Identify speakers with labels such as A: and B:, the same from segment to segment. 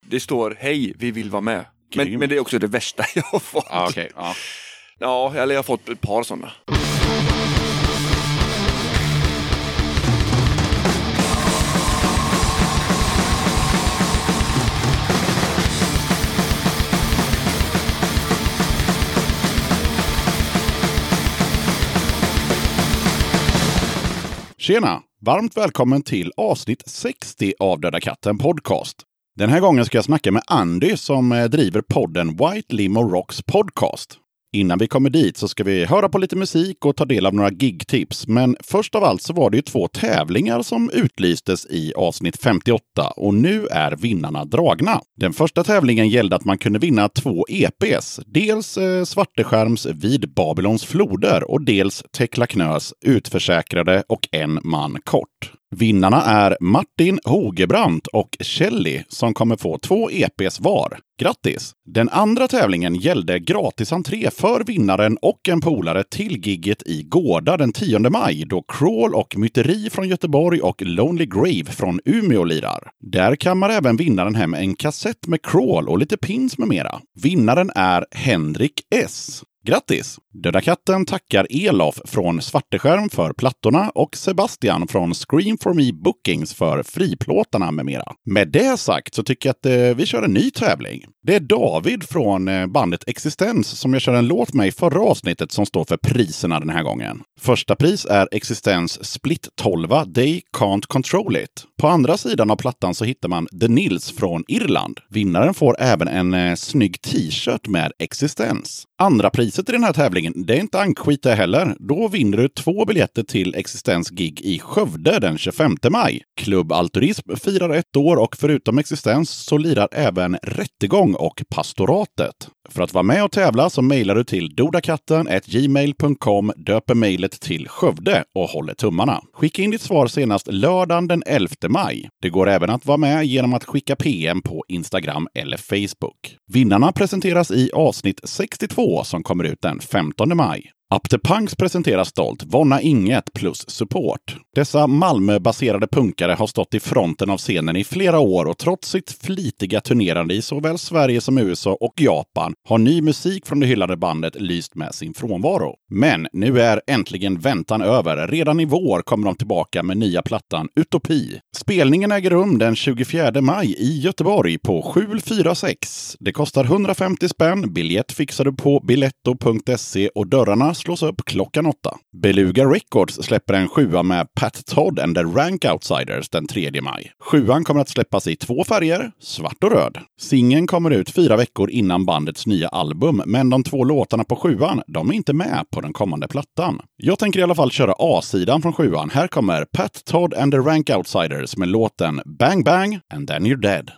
A: Det står hej, vi vill vara med. Men det är också det värsta jag har fått.
B: Okay, ja.
A: Ja, eller jag har fått ett par sådana.
B: Tjena! Varmt välkommen till avsnitt 60 av Döda katten podcast. Den här gången ska jag snacka med Andy som driver podden White Limo Rocks podcast. Innan vi kommer dit så ska vi höra på lite musik och ta del av några gigtips. Men först av allt så var det ju 2 tävlingar som utlystes i avsnitt 58 och nu är vinnarna dragna. Den första tävlingen gällde att man kunde vinna 2 EPs. Dels Svarteskärms Vid Babylons floder och dels Tekla Knös Utförsäkrade och En man kort. Vinnarna är Martin Hogebrandt och Kelly som kommer få 2 EPs var. Grattis! Den andra tävlingen gällde gratis entré för vinnaren och en polare till gigget i Gårda den 10 maj då Crawl och Myteri från Göteborg och Lonely Grave från Umeå lirar. Där kammar även vinnaren hem en kassett med Crawl och lite pins med mera. Vinnaren är Henrik S. Grattis! Döda katten tackar Elof från Svarteskärm för plattorna och Sebastian från Scream for Me Bookings för friplåtarna med mera. Med det sagt så tycker jag att vi kör en ny tävling. Det är David från bandet Existens som jag kör en låt med i förra avsnittet som står för priserna den här gången. Första pris är Existens Split 12 They Can't Control It. På andra sidan av plattan så hittar man The Nils från Irland. Vinnaren får även en snygg t-shirt med Existens. Andra priset i den här tävlingen, det är inte ankskit heller. Då vinner du 2 biljetter till Existens gig i Skövde den 25 maj. Klubb Alturism firar 1 år och förutom Existens så lirar även Rättegång och Pastoratet. För att vara med och tävla så mejlar du till dodakatten@gmail.com, döper mejlet till Skövde och håller tummarna. Skicka in ditt svar senast lördagen den 11 maj. Det går även att vara med genom att skicka PM på Instagram eller Facebook. Vinnarna presenteras i avsnitt 62 som kommer ut den 15 maj. Up the Punks presenterar stolt Vonna Inget plus support. Dessa Malmö-baserade punkare har stått i fronten av scenen i flera år och trots sitt flitiga turnerande i såväl Sverige som USA och Japan har ny musik från det hyllade bandet lyst med sin frånvaro. Men nu är äntligen väntan över. Redan i vår kommer de tillbaka med nya plattan Utopi. Spelningen äger rum den 24 maj i Göteborg på 746. Det kostar 150 spänn, biljett fixar du på biletto.se och dörrarna slås upp klockan 8. Beluga Records släpper en 7 med Pat Todd and the Rank Outsiders den 3 maj. 7 kommer att släppas i 2 färger, svart och röd. Singeln kommer ut 4 veckor innan bandets nya album, men de 2 låtarna på 7 de är inte med på den kommande plattan. Jag tänker i alla fall köra A-sidan från 7. Här kommer Pat Todd and the Rank Outsiders med låten Bang Bang and Then You're Dead.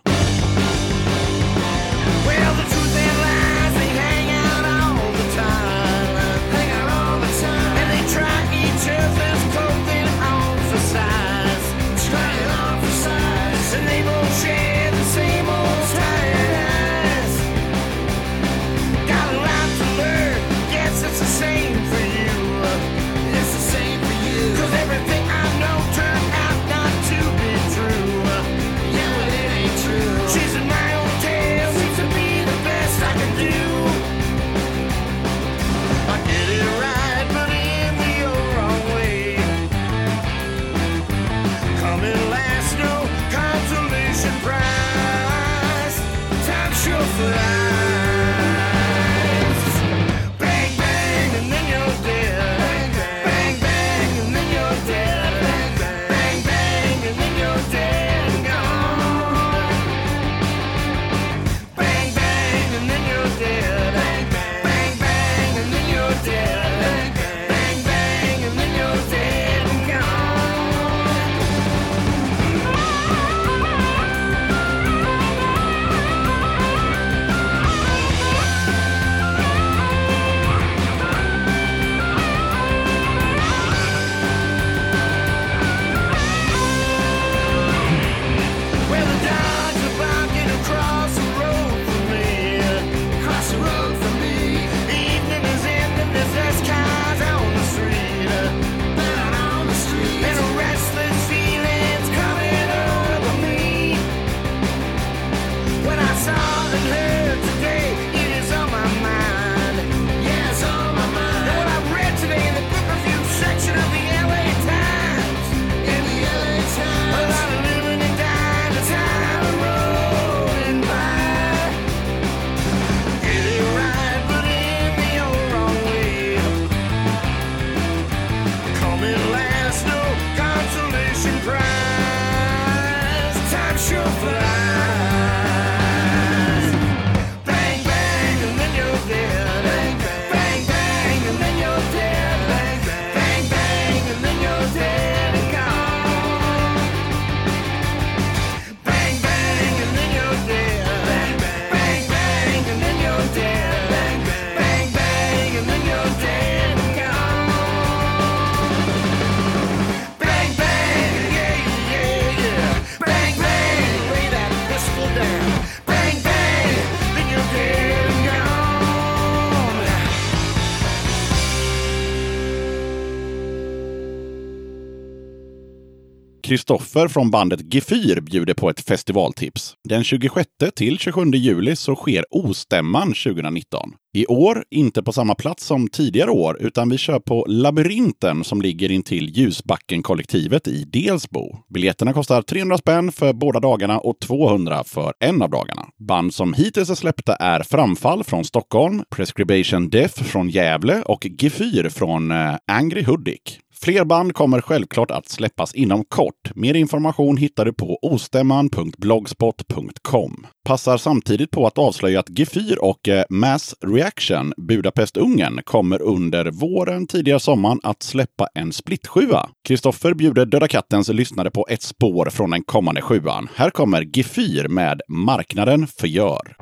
B: Kristoffer från bandet G4 bjuder på ett festivaltips. Den 26 till 27 juli så sker Ostämman 2019. I år inte på samma plats som tidigare år, utan vi kör på Labyrinten som ligger intill Ljusbacken-kollektivet i Delsbo. Biljetterna kostar 300 spänn för båda dagarna och 200 för en av dagarna. Band som hittills är släppta är Framfall från Stockholm, Prescription Death från Gävle och G4 från Angry Hudik. Fler band kommer självklart att släppas inom kort. Mer information hittar du på ostämman.blogspot.com. Passar samtidigt på att avslöja att G4 och Mass Reaction Budapest-Ungern kommer under våren tidigare sommaren att släppa en splittsjua. Kristoffer bjuder Döda Kattens lyssnare på ett spår från den kommande sjuan. Här kommer G4 med Marknaden förgör.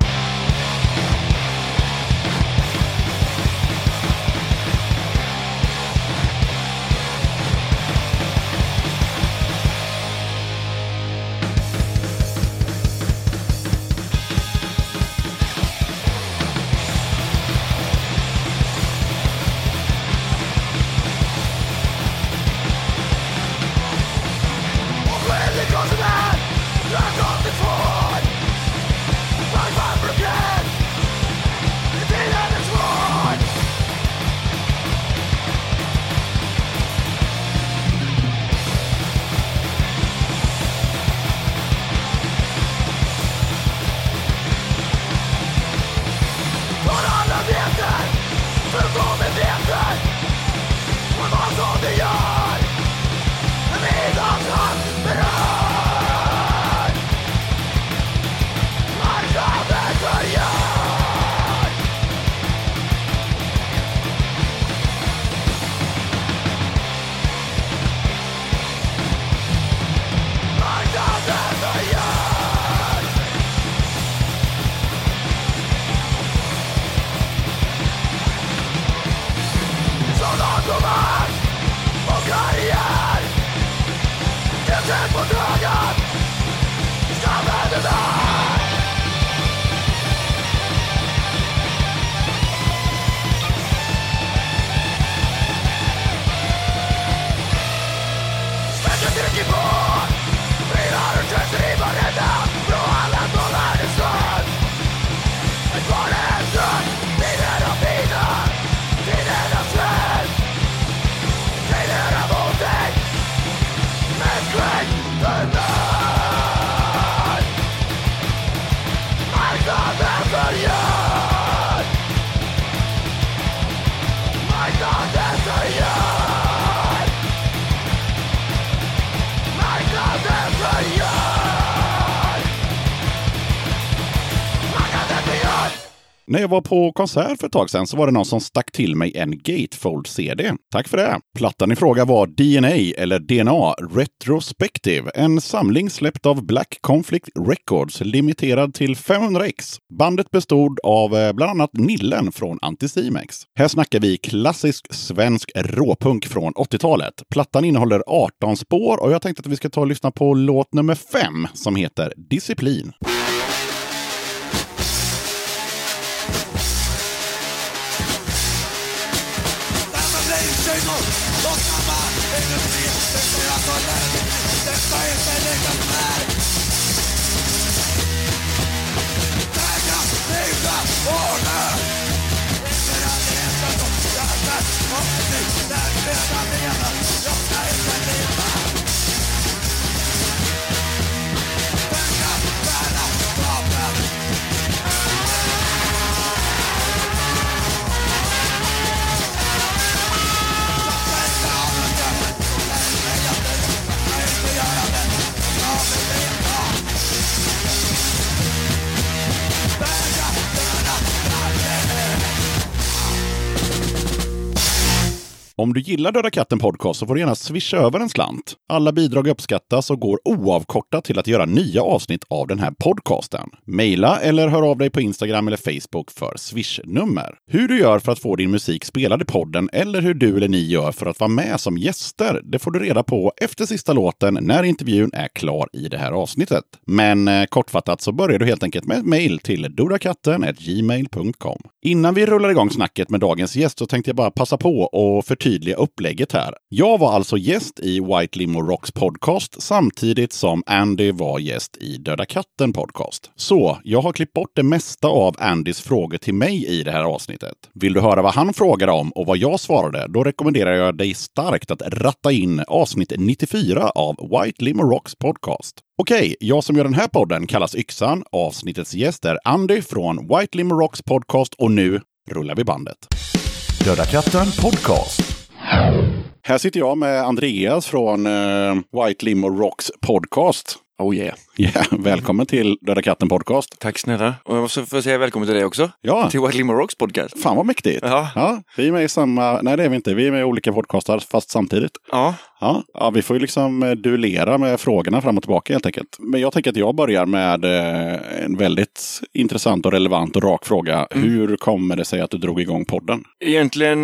B: När jag var på konsert för ett tag sedan så var det någon som stack till mig en Gatefold-CD. Tack för det! Plattan i fråga var DNA eller DNA Retrospective. En samling släppt av Black Conflict Records, limiterad till 500x. Bandet bestod av bland annat Nillen från Anticimex. Här snackar vi klassisk svensk råpunk från 80-talet. Plattan innehåller 18 spår och jag tänkte att vi ska ta och lyssna på låt nummer 5 som heter Disciplin. Om du gillar Döda Katten Podcast så får du gärna swisha över en slant. Alla bidrag uppskattas och går oavkortat till att göra nya avsnitt av den här podcasten. Maila eller hör av dig på Instagram eller Facebook för swish-nummer. Hur du gör för att få din musik spelad i podden eller hur du eller ni gör för att vara med som gäster, det får du reda på efter sista låten när intervjun är klar i det här avsnittet. Men kortfattat så börjar du helt enkelt med ett mail till dodakatten@gmail.com. Innan vi rullar igång snacket med dagens gäst så tänkte jag bara passa på och förtydliga förtydliga upplägget här. Jag var alltså gäst i White Limo Rocks podcast samtidigt som Andy var gäst i Döda katten podcast. Så jag har klippt bort det mesta av Andys frågor till mig i det här avsnittet. Vill du höra vad han frågade om och vad jag svarade, då rekommenderar jag dig starkt att ratta in avsnitt 94 av White Limo Rocks podcast. Okej, jag som gör den här podden kallas Yxan. Avsnittets gäst är Andy från White Limo Rocks podcast och nu rullar vi bandet. Döda katten podcast. Här sitter jag med Andreas från White Limo Rocks podcast.
A: Oh yeah.
B: Yeah, välkommen till Döda katten podcast.
A: Tack snälla. Och jag måste få säga välkommen till dig också.
B: Ja.
A: Till White Limo Rocks podcast.
B: Fan vad mäktigt. Ja, vi är med i samma... Nej, det är vi inte. Vi är med i olika podcastar fast samtidigt.
A: Ja.
B: Ja, vi får ju liksom duellera med frågorna fram och tillbaka helt enkelt. Men jag tänker att jag börjar med en väldigt intressant och relevant och rak fråga. Hur kommer det sig att du drog igång podden?
A: Egentligen,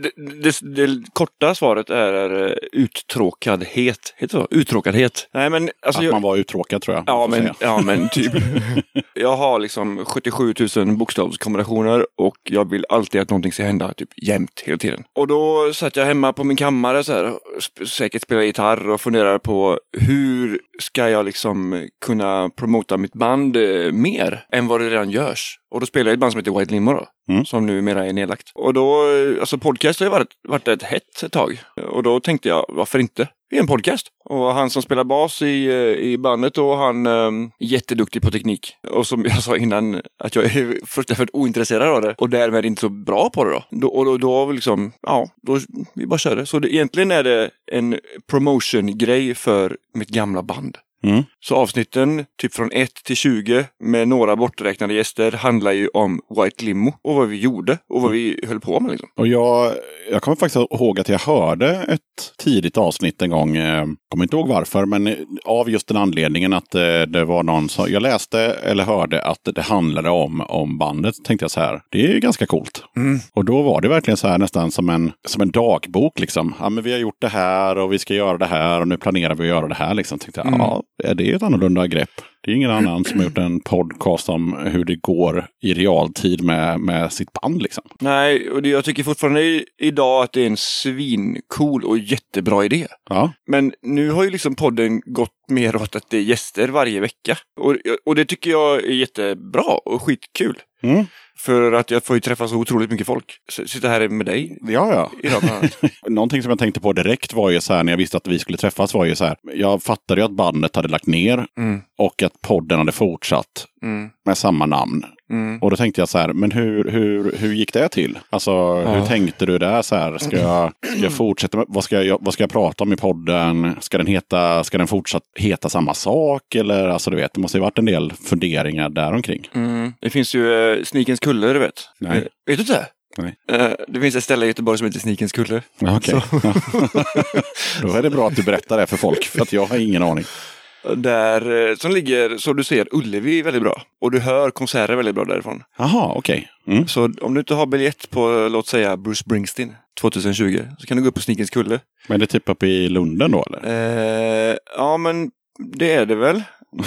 A: det korta svaret är uttråkadhet. Heter det så? Uttråkadhet. Nej, men alltså
B: man var uttråkad tror jag.
A: Ja, men typ. Jag har liksom 77 000 bokstavskombinationer och jag vill alltid att någonting ska hända typ jämt hela tiden. Och då satt jag hemma på min kammare så här, säkert spela gitarr och funderar på hur ska jag liksom kunna promota mitt band mer än vad det redan görs. Och då spelar jag ett band som heter White Limo då. Som numera är nedlagt. Och då, alltså podcast har ju varit ett hett ett tag. Och då tänkte jag, varför inte? Vi är en podcast. Och han som spelar bas i bandet och han är jätteduktig på teknik. Och som jag sa innan, att jag är fruktansvärt ointresserad av det. Och därmed inte så bra på det då. Och då liksom, då vi bara kör det. Så egentligen är det en promotion-grej för mitt gamla band. Så avsnitten typ från 1 till 20 med några borträknade gäster handlar ju om White Limo och vad vi gjorde och vad vi höll på med liksom.
B: Och jag kommer faktiskt ihåg att jag hörde ett tidigt avsnitt en gång, kommer inte ihåg varför, men av just den anledningen att det var någon som jag läste eller hörde att det handlade om bandet, tänkte jag så här, det är ju ganska coolt. Och då var det verkligen så här nästan som en dagbok liksom. Ja, men vi har gjort det här och vi ska göra det här och nu planerar vi att göra det här liksom. Tänkte jag, det är ett annorlunda grepp. Det är ingen annan som har gjort en podcast om hur det går i realtid med sitt band liksom.
A: Nej, och jag tycker fortfarande idag att det är en svincool och jättebra idé.
B: Ja.
A: Men nu har ju liksom podden gått mer åt att det är gäster varje vecka. Och det tycker jag är jättebra och skitkul. För att jag får ju träffa så otroligt mycket folk. Sitta här med dig.
B: Ja.
A: Idag
B: Någonting som jag tänkte på direkt var ju så här, när jag visste att vi skulle träffas var ju så här. Jag fattade ju att bandet hade lagt ner och att podden hade fortsatt med samma namn. Och då tänkte jag så här, men hur gick det till? Alltså, hur tänkte du där så här? Ska jag fortsätta med, vad ska jag prata om i podden? Ska den fortsatt heta samma sak? Eller alltså du vet, det måste ju varit en del funderingar däromkring.
A: Det finns ju Snikens kulle, du vet.
B: Nej.
A: Vet du det?
B: Nej.
A: Det finns ett ställe i Göteborg som heter Snikens kulle.
B: Ja, okej. Då är det bra att du berättar det för folk, för att jag har ingen aning.
A: Där som ligger, så du ser Ullevi väldigt bra. Och du hör konserter väldigt bra därifrån.
B: Jaha, okej.
A: Så om du inte har biljett på, låt säga, Bruce Springsteen 2020, så kan du gå upp på Snikens kulle. Men
B: det är typ uppe i Lunden då, eller?
A: Ja, men det är det väl.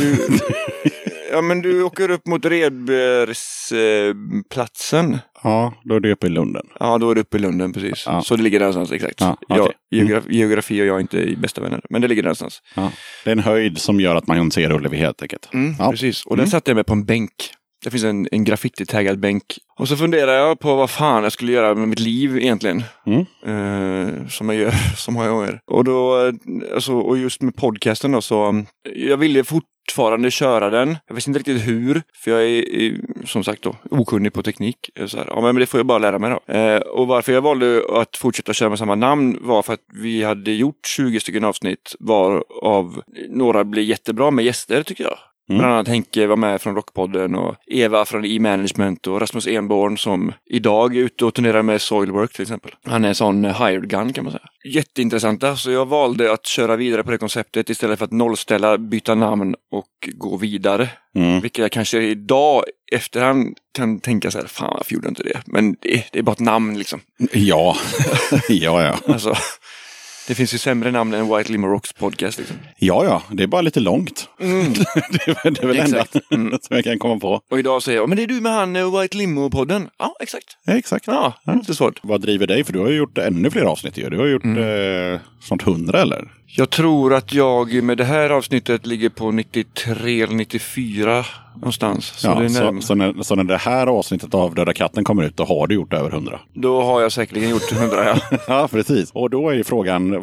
A: Du åker upp mot Redbergsplatsen.
B: Ja, då är det uppe i Lunden.
A: Ja, då är det uppe i Lunden, precis.
B: Ja.
A: Så det ligger där någonstans, exakt.
B: Ja, okay.
A: Geografi och jag är inte i bästa vänner, men det ligger där någonstans.
B: Ja. Det är en höjd som gör att man ser Ullevi helt enkelt.
A: Precis, och där satte jag mig på en bänk. Det finns en graffiti-taggad bänk. Och så funderar jag på vad fan jag skulle göra med mitt liv egentligen. Som jag gör så många gånger. Och då, alltså, och just med podcasten då, så jag ville fortfarande köra den. Jag visste inte riktigt hur, för jag är som sagt då okunnig på teknik. Så här, men det får jag bara lära mig då. Och varför jag valde att fortsätta köra med samma namn var för att vi hade gjort 20 stycken avsnitt, varav några blev jättebra med gäster tycker jag. Bland annat Henke var med från Rockpodden och Eva från E-Management och Rasmus Enborn som idag är ute och turnerar med Soilwork till exempel. Han är en sån hired gun kan man säga. Jätteintressanta, så jag valde att köra vidare på det konceptet istället för att nollställa, byta namn och gå vidare. Vilket jag kanske idag efterhand kan tänka så här, fan varför gjorde jag inte det? Men det är bara ett namn liksom.
B: Ja.
A: Alltså, Det finns ju sämre namn än White Limo Rocks podcast. Liksom.
B: Ja, det är bara lite långt. Det är väl enda som jag kan komma på.
A: Och idag säger jag, men det är du med han White Limo-podden. Ja, exakt.
B: Ja, exakt.
A: Ja, inte svårt.
B: Vad driver dig? För du har ju gjort ännu fler avsnitt. Du har gjort sånt 100 eller?
A: Jag tror att jag med det här avsnittet ligger på 93 eller 94 någonstans. Så,
B: ja,
A: det är
B: så när det här avsnittet av Döda katten kommer ut, då har du gjort över 100.
A: Då har jag säkerligen gjort 100, ja.
B: Ja, precis. Och då är ju frågan,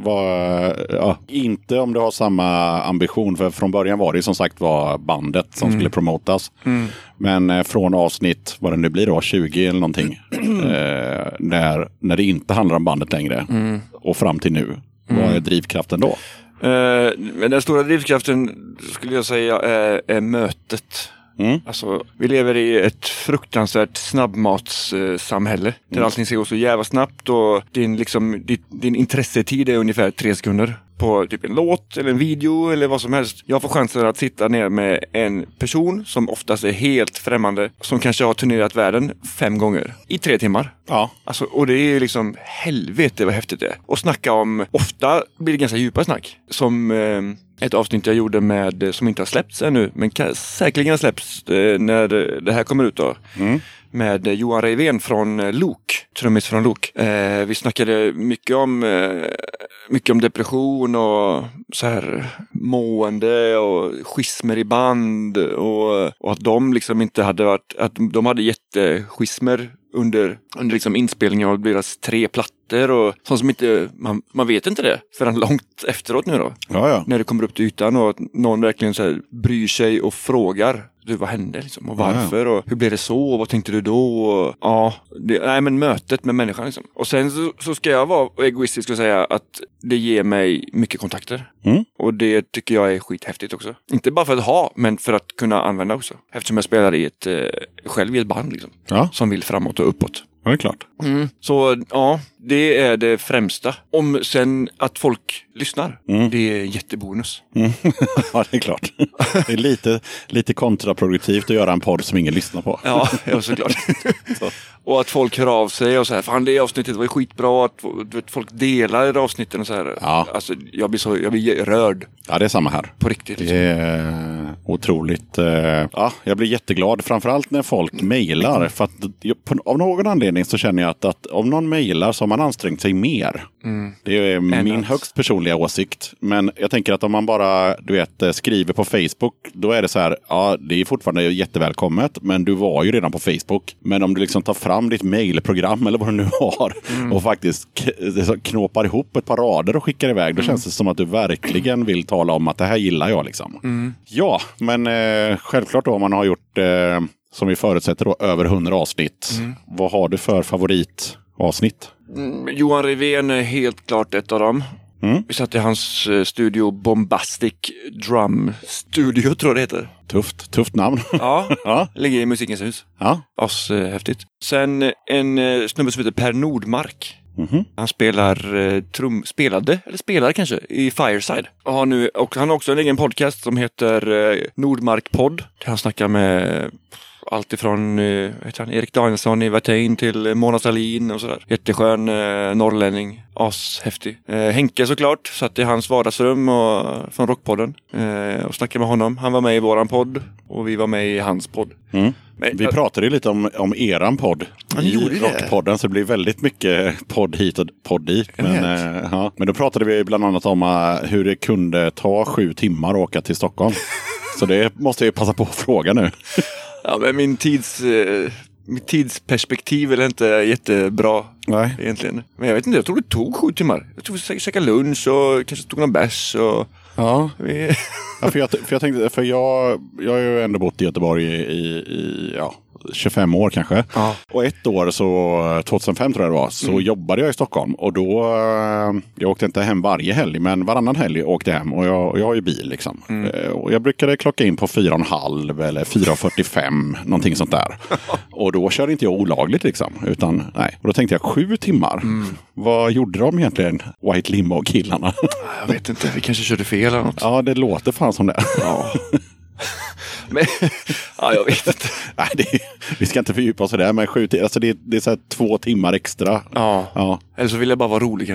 B: inte om du har samma ambition, för från början var det som sagt var bandet som skulle promotas. Men från avsnitt, vad det nu blir då, 20 eller någonting, när det inte handlar om bandet längre och fram till nu. Vad är drivkraften då?
A: Men den stora drivkraften skulle jag säga är mötet. Alltså, vi lever i ett fruktansvärt snabbmatssamhälle där allting ska gå så jävla snabbt och din intressetid är ungefär 3 sekunder på typ en låt eller en video eller vad som helst. Jag får chansen att sitta ner med en person som oftast är helt främmande, som kanske har turnerat världen 5 gånger i 3 timmar.
B: Ja.
A: Alltså, och det är liksom helvete vad häftigt det är. Och snacka om, ofta blir det ganska djupa snack. Som ett avsnitt jag gjorde med, som inte har släppts ännu, men säkerligen släpps när det här kommer ut då. Med Johan Reivén från Lok, trummis från Lok. Vi snackade mycket om depression och så här mående och schismer i band och att de liksom inte hade varit, att de hade jätteschismer under liksom inspelningen av deras 3 plattor och sånt som inte, man vet inte det förrän långt efteråt nu då.
B: Ja.
A: När det kommer upp till ytan och att någon verkligen så här bryr sig och frågar. Vad hände liksom? Och varför? Och hur blev det så? Och vad tänkte du då? Och, men mötet med människan liksom. Och sen så ska jag vara egoistisk och säga att det ger mig mycket kontakter. Och det tycker jag är skithäftigt också. Inte bara för att ha, men för att kunna använda också. Eftersom jag spelar själv i ett band liksom. Ja. Som vill framåt och uppåt.
B: Ja, det är klart.
A: Så ja, det är det främsta. Om sen att folk lyssnar, det är jättebonus.
B: Ja, det är klart. Det är lite kontraproduktivt att göra en podd som ingen lyssnar på.
A: Ja, såklart. Så. Och att folk hör av sig och så här, fan det avsnittet var skitbra, att folk delar i avsnitten och så här. Ja. Alltså, jag blir rörd.
B: Ja, det är samma här.
A: På riktigt. Liksom.
B: Det är otroligt. Jag blir jätteglad, framförallt när folk mejlar. För att av någon anledning så känner jag att om någon mejlar så har man ansträngt sig mer. Det är min högst personliga åsikt. Men jag tänker att om man bara, skriver på Facebook, då är det så här, ja, det är fortfarande jättevälkommet, men du var ju redan på Facebook. Men om du liksom tar fram ditt mejlprogram eller vad du nu har och faktiskt knåpar ihop ett par rader och skickar iväg, då känns det som att du verkligen vill tala om att det här gillar jag liksom. Ja, men självklart då, om man har gjort som vi förutsätter då över 100 avsnitt. Vad har du för favoritavsnitt?
A: Johan Reivén är helt klart ett av dem. Vi satt i hans studio, Bombastic Drum Studio tror jag det heter.
B: Tufft namn.
A: Ja, ligger i Musikens hus. Ja. Häftigt. Sen en snubbe som heter Per Nordmark. Han spelar kanske i Fireside. Och han har också en egen podcast som heter Nordmark Podd. Där han snackar med allt ifrån Erik Danielsson i Vertain till Mona Sahlin och sådär. Jätteskön norrlänning. Ashäftig. Henke såklart. Satt i hans vardagsrum och från Rockpodden. Och snackade med honom. Han var med i våran podd. Och vi var med i hans podd.
B: Vi pratade ju lite om eran podd i Rockpodden, så det blir väldigt mycket podd hit och podd dit. Men då pratade vi bland annat om hur det kunde ta 7 timmar att åka till Stockholm. Så det måste jag passa på att fråga nu.
A: Ja, men mitt tidsperspektiv är inte jättebra. Nej. Egentligen. Men jag vet inte, jag tror det tog 7 timmar. Jag tror vi käkade lunch och kanske tog någon bärs och... Ja.
B: För jag har ju ändå bott i Göteborg i 25 år kanske. Ja. Och ett år, så 2005 tror jag det var, så jobbade jag i Stockholm. Och då, jag åkte inte hem varje helg, men varannan helg åkte hem. Och jag har ju bil liksom. Och jag brukade klocka in på 4,5 eller 4,45, någonting sånt där. Och då körde inte jag olagligt liksom. Utan, nej. Och då tänkte jag 7 timmar. Vad gjorde de egentligen, White Limo-killarna?
A: Jag vet inte, vi kanske körde fel eller något.
B: Ja, det låter fan som det.
A: Ja. Men, jag vet inte.
B: Nej, vi ska inte fördjupa oss i det, men 7 timmar, alltså det är så här 2 timmar extra.
A: Ja. Eller så vill jag bara vara rolig kanske.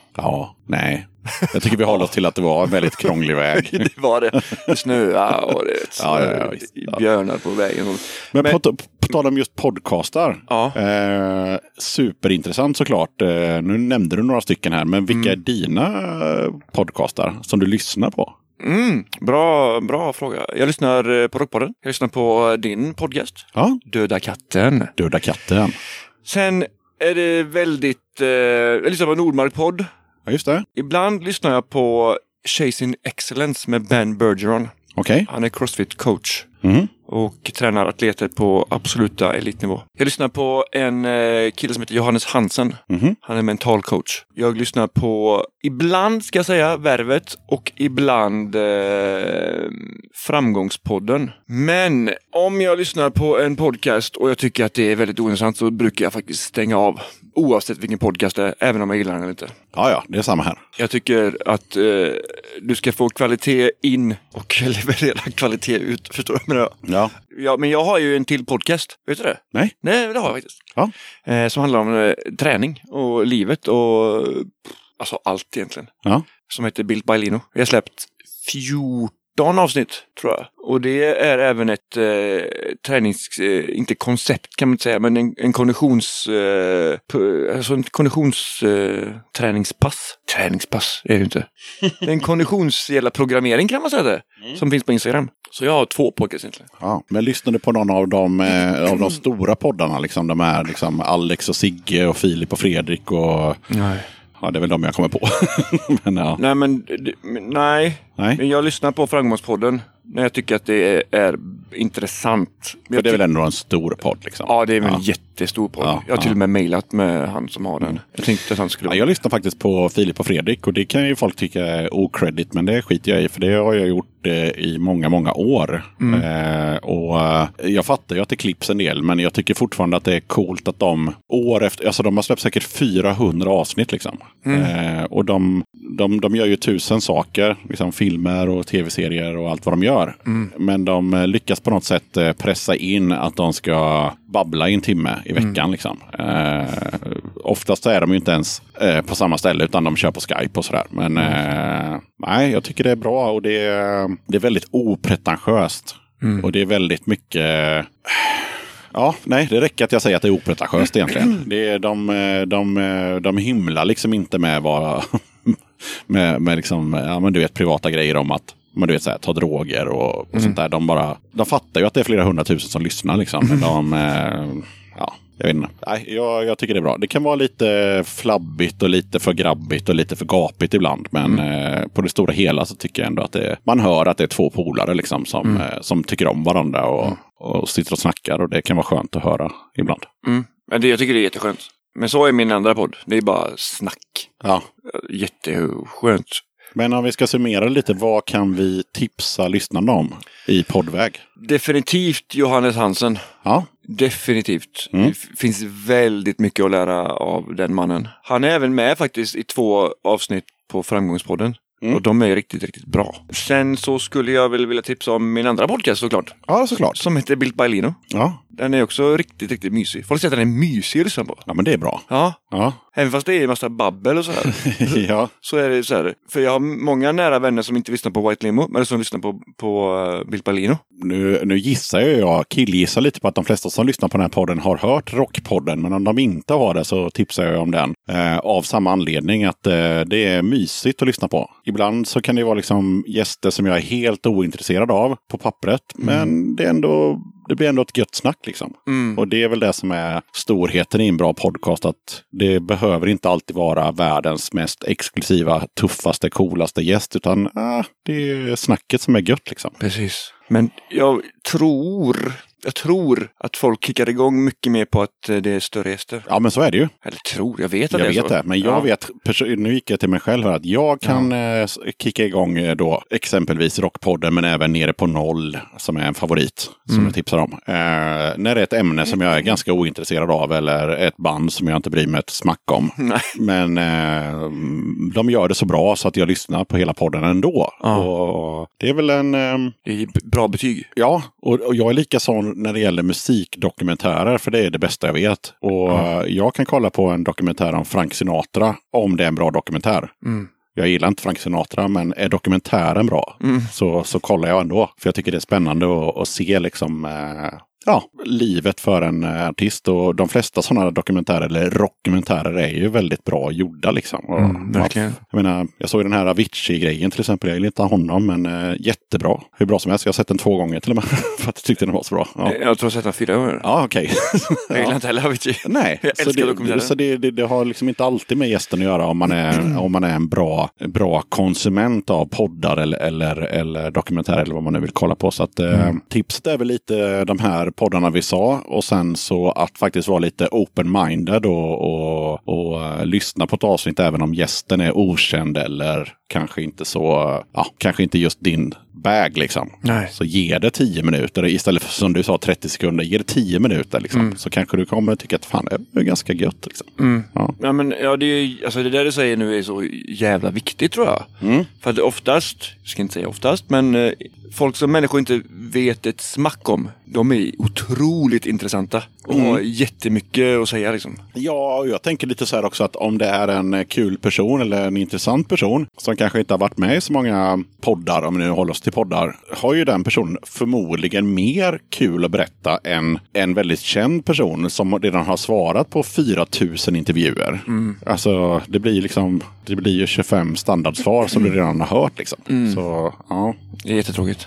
B: Ja, nej. Jag tycker vi håller oss till att det var en väldigt krånglig väg.
A: Det var det. Det snöade och det björnar på vägen.
B: Men på tal om just podcastar.
A: Ja.
B: Superintressant såklart. Nu nämnde du några stycken här. Men vilka är dina podcastar som du lyssnar på?
A: Bra fråga. Jag lyssnar på Rockpodden. Jag lyssnar på din podcast.
B: Ja.
A: Döda katten.
B: Döda katten.
A: Sen är det väldigt... jag lyssnar på Nordmark-podd.
B: Ja, just det.
A: Ibland lyssnar jag på Chasing Excellence med Ben Bergeron.
B: Okej.
A: Han är CrossFit-coach.
B: Mm.
A: Och tränar atleter på absoluta elitnivå. Jag lyssnar på en kille som heter Johannes Hansen.
B: Mm.
A: Han är mental coach. Jag lyssnar på, ibland ska jag säga, Värvet och ibland Framgångspodden. Men om jag lyssnar på en podcast och jag tycker att det är väldigt ointressant så brukar jag faktiskt stänga av. Oavsett vilken podcast det är, även om jag gillar den eller inte.
B: Ja, det är samma här.
A: Jag tycker att du ska få kvalitet in och leverera kvalitet ut. Förstår du? Ja, men jag har ju en till podcast. Vet du det?
B: Nej,
A: det har jag faktiskt.
B: Ja.
A: Som handlar om träning och livet och alltså allt egentligen.
B: Ja.
A: Som heter Built by Lino. Jag har släppt 14 avsnitt tror jag. Och det är även ett inte koncept kan man inte säga, men en konditionsträningspass. Träningspass är det ju inte. En konditionsgälla programmering kan man säga det. Som finns på Instagram. Så jag har 2 podcast egentligen.
B: Ja, men lyssnar du på någon av de stora poddarna? Liksom, de här liksom Alex och Sigge och Filip och Fredrik och...
A: Nej.
B: Ja, det är väl de jag kommer på. Men, ja.
A: Nej. Men jag lyssnar på Framgångspodden när jag tycker att det är intressant.
B: För det är väl ändå en stor podd liksom?
A: Ja, det är väl en jättestor podd.
B: Ja,
A: jag har till och med mejlat med han som har den. Jag tänkte att han skulle...
B: Jag lyssnar faktiskt på Filip och Fredrik och det kan ju folk tycka är okredit, men det skiter jag i för det har jag gjort i många, många år. Och jag fattar ju att det klipps en del, men jag tycker fortfarande att det är coolt att de år efter, alltså de har släppt säkert 400 avsnitt liksom. Och de gör ju 1000 saker, liksom filmer och tv-serier och allt vad de gör. Men de lyckas på något sätt pressa in att de ska babbla i en timme i veckan liksom. Oftast är de ju inte ens på samma ställe utan de kör på Skype och sådär. Men nej, jag tycker det är bra och det är väldigt opretentiöst. Och det är väldigt mycket... Ja, nej, det räcker att jag säger att det är opretentiöst egentligen. Det är, de hymlar liksom inte med vad... med liksom, ja men du vet, privata grejer om att man du vet så här, ta droger och sånt där. De fattar ju att det är flera 100 000 som lyssnar liksom. Men jag vet inte. Nej, jag tycker det är bra. Det kan vara lite flabbigt och lite för grabbigt och lite för gapigt ibland. Men på det stora hela så tycker jag ändå att man hör att det är 2 polare liksom som tycker om varandra och sitter och snackar. Och det kan vara skönt att höra ibland.
A: Men jag tycker det är jätteskönt. Men så är min andra podd. Det är bara snack.
B: Ja.
A: Jätteskönt.
B: Men om vi ska summera lite, vad kan vi tipsa lyssnarna om i poddväg?
A: Definitivt Johannes Hansen.
B: Ja.
A: Definitivt. Det finns väldigt mycket att lära av den mannen. Han är även med faktiskt i 2 avsnitt på Framgångspodden. Och de är riktigt, riktigt bra. Sen så skulle jag väl vilja tipsa om min andra podcast såklart.
B: Ja, såklart.
A: Som heter Built by Lino.
B: Ja.
A: Den är också riktigt, riktigt mysig. Folk säger att den är mysig att lyssna på.
B: Ja, men det är bra.
A: Ja. Även fast det är en massa babbel och så här.
B: Ja.
A: Så är det så här. För jag har många nära vänner som inte lyssnar på White Limo. Men som lyssnar på Built by Lino.
B: Nu gissar jag killgissar lite på att de flesta som lyssnar på den här podden har hört Rockpodden. Men om de inte har det så tipsar jag om den. Av samma anledning att det är mysigt att lyssna på. Ibland så kan det vara liksom gäster som jag är helt ointresserad av på pappret. Men det blir ändå ett gött snack liksom. Och det är väl det som är storheten i en bra podcast. Att det behöver inte alltid vara världens mest exklusiva, tuffaste, coolaste gäst. Utan det är snacket som är gött liksom.
A: Precis. Men jag tror att folk kickar igång mycket mer på att det är större gäster.
B: Ja, men så är det ju.
A: Eller tror, jag vet att
B: jag
A: det är
B: vet
A: så.
B: det, men jag vet, nu gick jag till mig själv här att jag kan kicka igång då exempelvis Rockpodden, men även Nere på noll som är en favorit som jag tipsar om. När det är ett ämne som jag är ganska ointresserad av eller ett band som jag inte bryr mig ett smack om. Nej. Men de gör det så bra så att jag lyssnar på hela podden ändå. Och det är väl det är bra betyg. Ja, och jag är lika sån när det gäller musikdokumentärer, för det är det bästa jag vet. Och jag kan kolla på en dokumentär om Frank Sinatra om det är en bra dokumentär. Jag gillar inte Frank Sinatra, men är dokumentären bra så kollar jag ändå. För jag tycker det är spännande att se liksom, livet för en artist. Och de flesta sådana dokumentärer eller rockdokumentärer är ju väldigt bra gjorda liksom.
A: Verkligen.
B: Jag menar, jag såg den här Avicii-grejen till exempel. Jag gillar inte honom, men jättebra. Hur bra som helst. Jag har sett den 2 gånger till och med. För att jag tyckte den var så bra. Ja.
A: Jag tror jag har sett den 4 gånger.
B: Ja, okej.
A: Jag gillar inte heller Avicii.
B: Nej,
A: jag älskar dokumentärer.
B: Så det har liksom inte alltid med gästen att göra om man är en bra konsument av poddar eller dokumentärer eller vad man nu vill kolla på. Så att tipset är väl lite de här poddarna vi sa, och sen så att faktiskt vara lite open-minded och lyssna på ett avsnitt även om gästen är okänd eller kanske inte så, kanske inte just din bag liksom.
A: Nej.
B: Så ge det 10 minuter istället för som du sa 30 sekunder, ge det 10 minuter liksom. Så kanske du kommer tycka att fan det är ganska gött liksom.
A: Ja, men det där du säger nu är så jävla viktigt tror jag. För att oftast, jag ska inte säga oftast, men folk som människor inte vet ett smack om, de är otroligt intressanta och har jättemycket att säga liksom.
B: Ja, jag tänker lite så här också att om det är en kul person eller en intressant person som kanske inte har varit med i så många poddar, om vi nu håller oss till poddar, har ju den personen förmodligen mer kul att berätta än en väldigt känd person som redan har svarat på 4000 intervjuer. Alltså det blir ju 25 standardsvar som du redan har hört liksom. Så ja.
A: Det är jättetråkigt.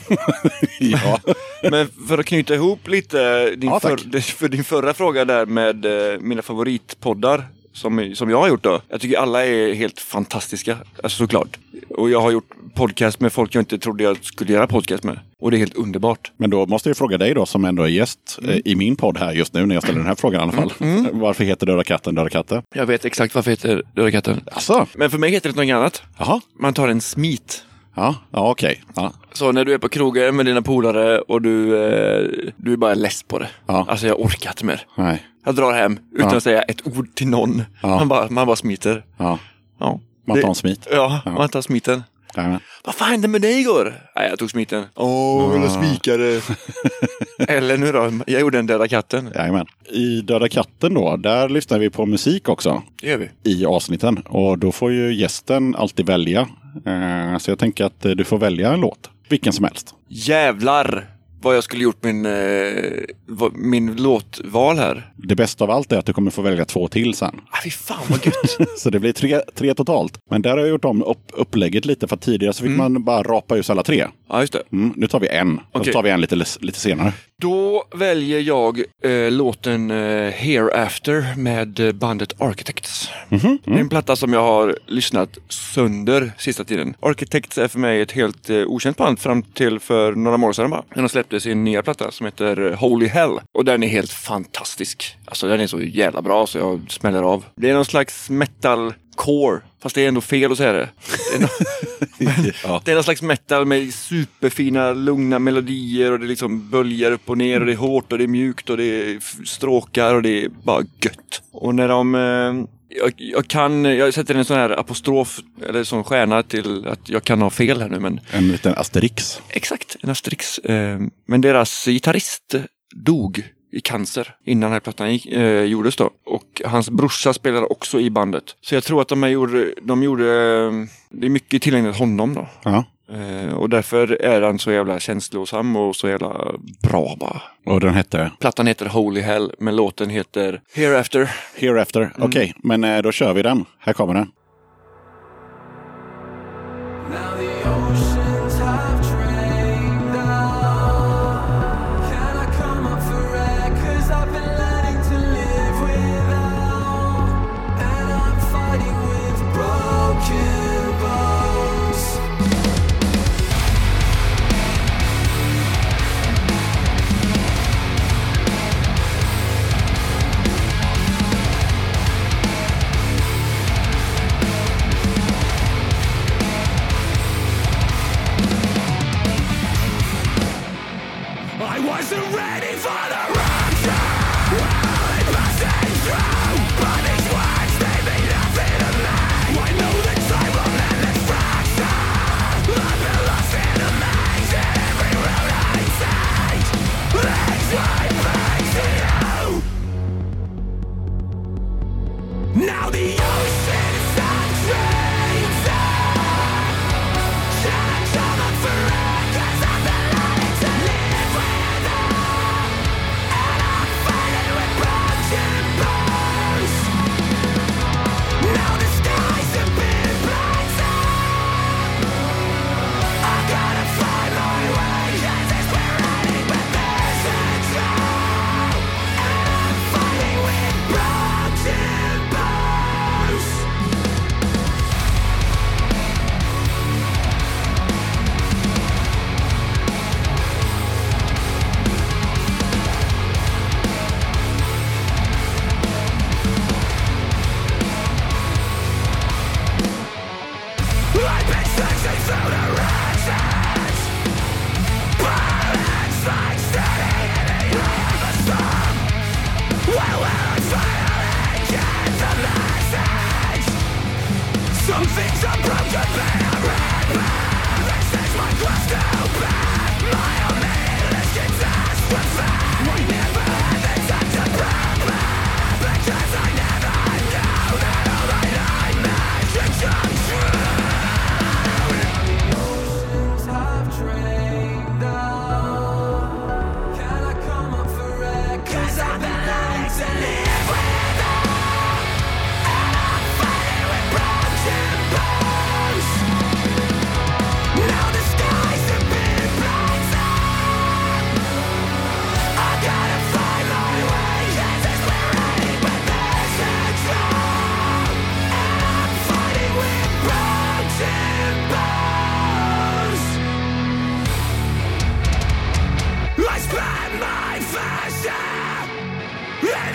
B: Ja.
A: Men för att knyta ihop lite din förra fråga där med mina favoritpoddar som jag har gjort då. Jag tycker alla är helt fantastiska, alltså såklart. Och jag har gjort podcast med folk jag inte trodde jag skulle göra podcast med. Och det är helt underbart.
B: Men då måste jag fråga dig då som ändå är gäst i min podd här just nu när jag ställer den här frågan i alla fall. Varför heter Döda katten Döda katten?
A: Jag vet exakt varför heter Döda katten.
B: Alltså?
A: Men för mig heter det något annat.
B: Jaha.
A: Man tar en smit.
B: Ja, okej. Ja.
A: Så när du är på krogen med dina polare och du är bara less på det.
B: Ja.
A: Alltså jag orkar inte mer.
B: Nej.
A: Jag drar hem utan att säga ett ord till någon.
B: Ja.
A: Man bara smiter.
B: Ja.
A: Ja.
B: Man tar en smit.
A: Ja, man tar smiten.
B: Ja.
A: Vad fan hände med dig igår? Nej, jag tog smiten. Eller svikare. Eller nu då, jag gjorde en Döda katten.
B: Jajamän. I Döda katten då, där lyssnar vi på musik också.
A: Det gör vi.
B: I avsnitten. Och då får ju gästen alltid välja. Så jag tänker att du får välja en låt. Vilken som helst.
A: Jävlar vad jag skulle gjort min låtval här.
B: Det bästa av allt är att du kommer få välja 2 till sen.
A: Fy fan vad gött.
B: Så det blir 3 totalt. Men där har jag gjort om upplägget lite, för tidigare så fick man bara rapa ut alla 3.
A: Ja, just det.
B: Nu tar vi en. Och så tar vi en lite senare.
A: Då väljer jag låten Hereafter med bandet Architects. Det är en platta som jag har lyssnat sönder sista tiden. Architects är för mig ett helt okänt band fram till för några månader sedan bara. Den har släppt sin nya platta som heter Holy Hell. Och den är helt fantastisk. Alltså den är så jävla bra så jag smäller av. Det är någon slags metalcore. Fast det är ändå fel att säga det. Det är någon slags metal med superfina, lugna melodier. Och det liksom böljar upp och ner. Och det är hårt och det är mjukt och det är stråkar och det är bara gött. Och när de... Jag sätter en sån här apostrof eller sån stjärna till att jag kan ha fel här nu. Men...
B: En liten asterix.
A: Exakt, en asterix. Men deras gitarrist dog i cancer innan den här plattan gjordes då. Och hans brorsa spelar också i bandet. Så jag tror att de gjorde det är mycket tillägnat honom då.
B: Ja.
A: Och därför är han så jävla känslosam och så jävla bra bara.
B: Och den heter? Plattan
A: heter Holy Hell, men låten heter Hereafter.
B: Hereafter, okej. Men då kör vi den. Här kommer den.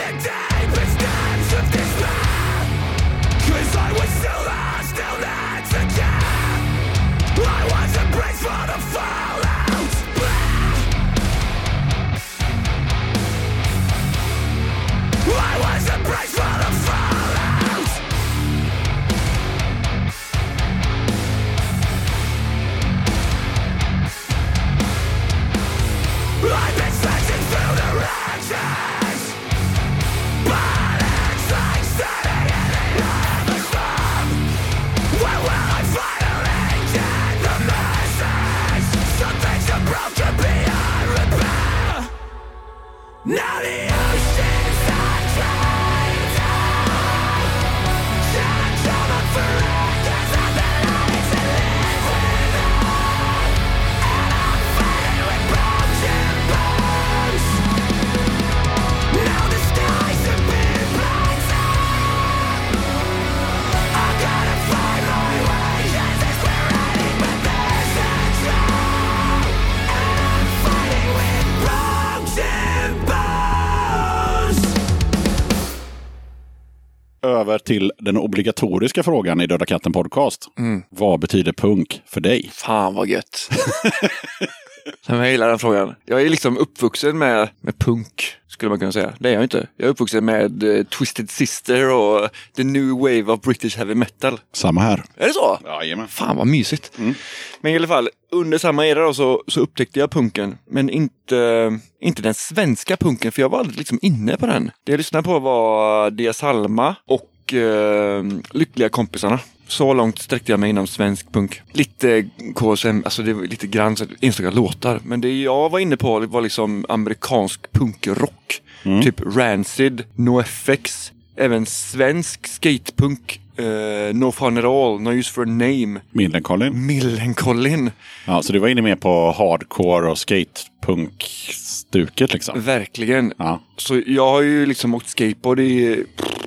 B: Över till den obligatoriska frågan i Döda katten podcast. Vad betyder punk för dig?
A: Fan vad gött. Jag gillar den frågan. Jag är liksom uppvuxen med punk, skulle man kunna säga. Det är jag inte. Jag är uppvuxen med Twisted Sister och The New Wave of British Heavy Metal.
B: Samma här.
A: Är det så?
B: Jajamän.
A: Fan vad mysigt. Men i alla fall, under samma era då, så upptäckte jag punken. Men inte den svenska punken, för jag var aldrig liksom inne på den. Det jag lyssnade på var Dia Salma och Lyckliga kompisarna. Så långt sträckte jag mig inom svensk punk. Lite KSM, alltså det var lite grann enstaka låtar. Men det jag var inne på var liksom amerikansk punkrock. Typ Rancid, NoFX, även svensk skatepunk. No Fun At All, No Use For A Name. Millencolin.
B: Ja, så du var inne med på hardcore och skatepunk-stuket liksom?
A: Verkligen.
B: Ja.
A: Så jag har ju liksom åkt skateboard i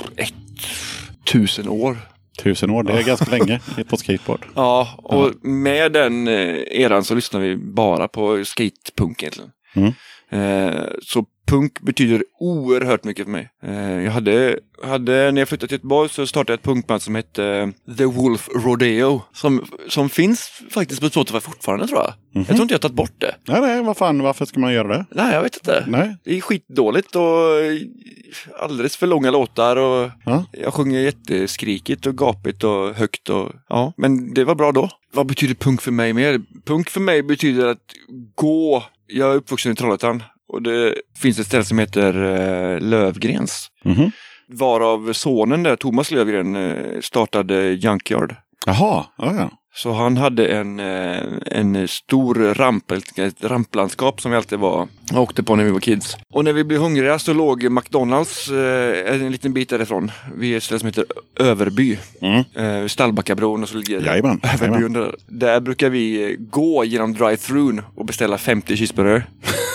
A: 1000 år.
B: 1000 år, det är ganska länge på skateboard.
A: Ja, och med den eran så lyssnar vi bara på skatepunk egentligen. Så punk betyder oerhört mycket för mig. Jag hade när jag flyttade till Göteborg så startade jag ett punkband som hette The Wolf Rodeo. Som finns faktiskt på Spotify fortfarande, tror jag. Jag tror inte jag har tagit bort det.
B: Nej, vad fan, varför ska man göra det?
A: Nej, jag vet inte.
B: Nej.
A: Det är skitdåligt och alldeles för långa låtar och jag sjunger jätteskrikigt och gapigt och högt och men det var bra då. Vad betyder punk för mig mer? Punk för mig betyder att gå. Jag är uppvuxen i Trollhättan och det finns ett ställe som heter Lövgrens. Varav sonen där, Thomas Lövgren, startade Junkyard.
B: Jaha, ja.
A: Så han hade en stor ramp, ett ramplandskap som vi alltid åkte på när vi var kids. Och när vi blev hungriga så låg McDonalds en liten bit därifrån. Vi är ett ställe som heter Överby. Stallbackabron och så ligger Överby under. Där brukar vi gå genom drive-thrun och beställa 50 cheeseburgare.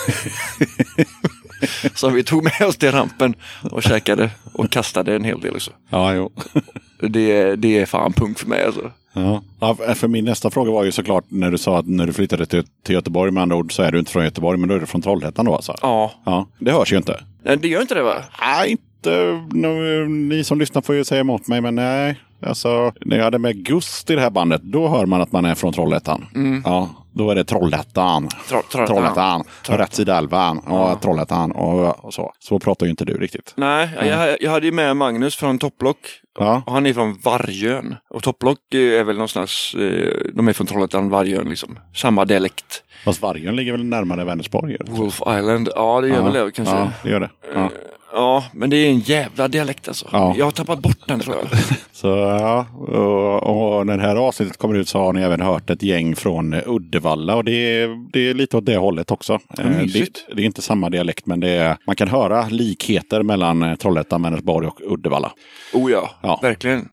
A: Så vi tog med oss till rampen och käkade och kastade en hel del också.
B: Ja, jo.
A: Det är fan punk för mig alltså.
B: Ja, för min nästa fråga var ju såklart när du sa att när du flyttade till Göteborg, med andra ord, så är du inte från Göteborg, men då är du från Trollhättan då alltså? Ja. Det hörs ju inte.
A: Nej, det gör inte det, va?
B: Nej, inte. Ni som lyssnar får ju säga emot mig, men nej. Alltså, när jag hade med Gust i det här bandet, då hör man att man är från Trollhättan. Ja, då är det Trollhättan. Trollhättan. Rätt sida älvan och Trollhättan och så. Så pratar ju inte du riktigt.
A: Nej, jag hade ju med Magnus från Topplock.
B: Ja.
A: Och han är från Vargön. Och Topplock är väl någonstans, de är från Trollhättan, Vargön liksom. Samma dialekt.
B: Fast Vargön ligger väl närmare Vänersborg?
A: Wolf Island, ja det gör väl det kanske.
B: Ja, det gör det.
A: Ja, men det är en jävla dialekt alltså. Ja. Jag har tappat bort den, tror jag.
B: Så ja, och när det här avsnittet kommer ut så har ni även hört ett gäng från Uddevalla. Och det är lite åt det hållet också. Det är inte samma dialekt, men man kan höra likheter mellan Trollhättan, Vänersborg och Uddevalla.
A: Oh ja, verkligen.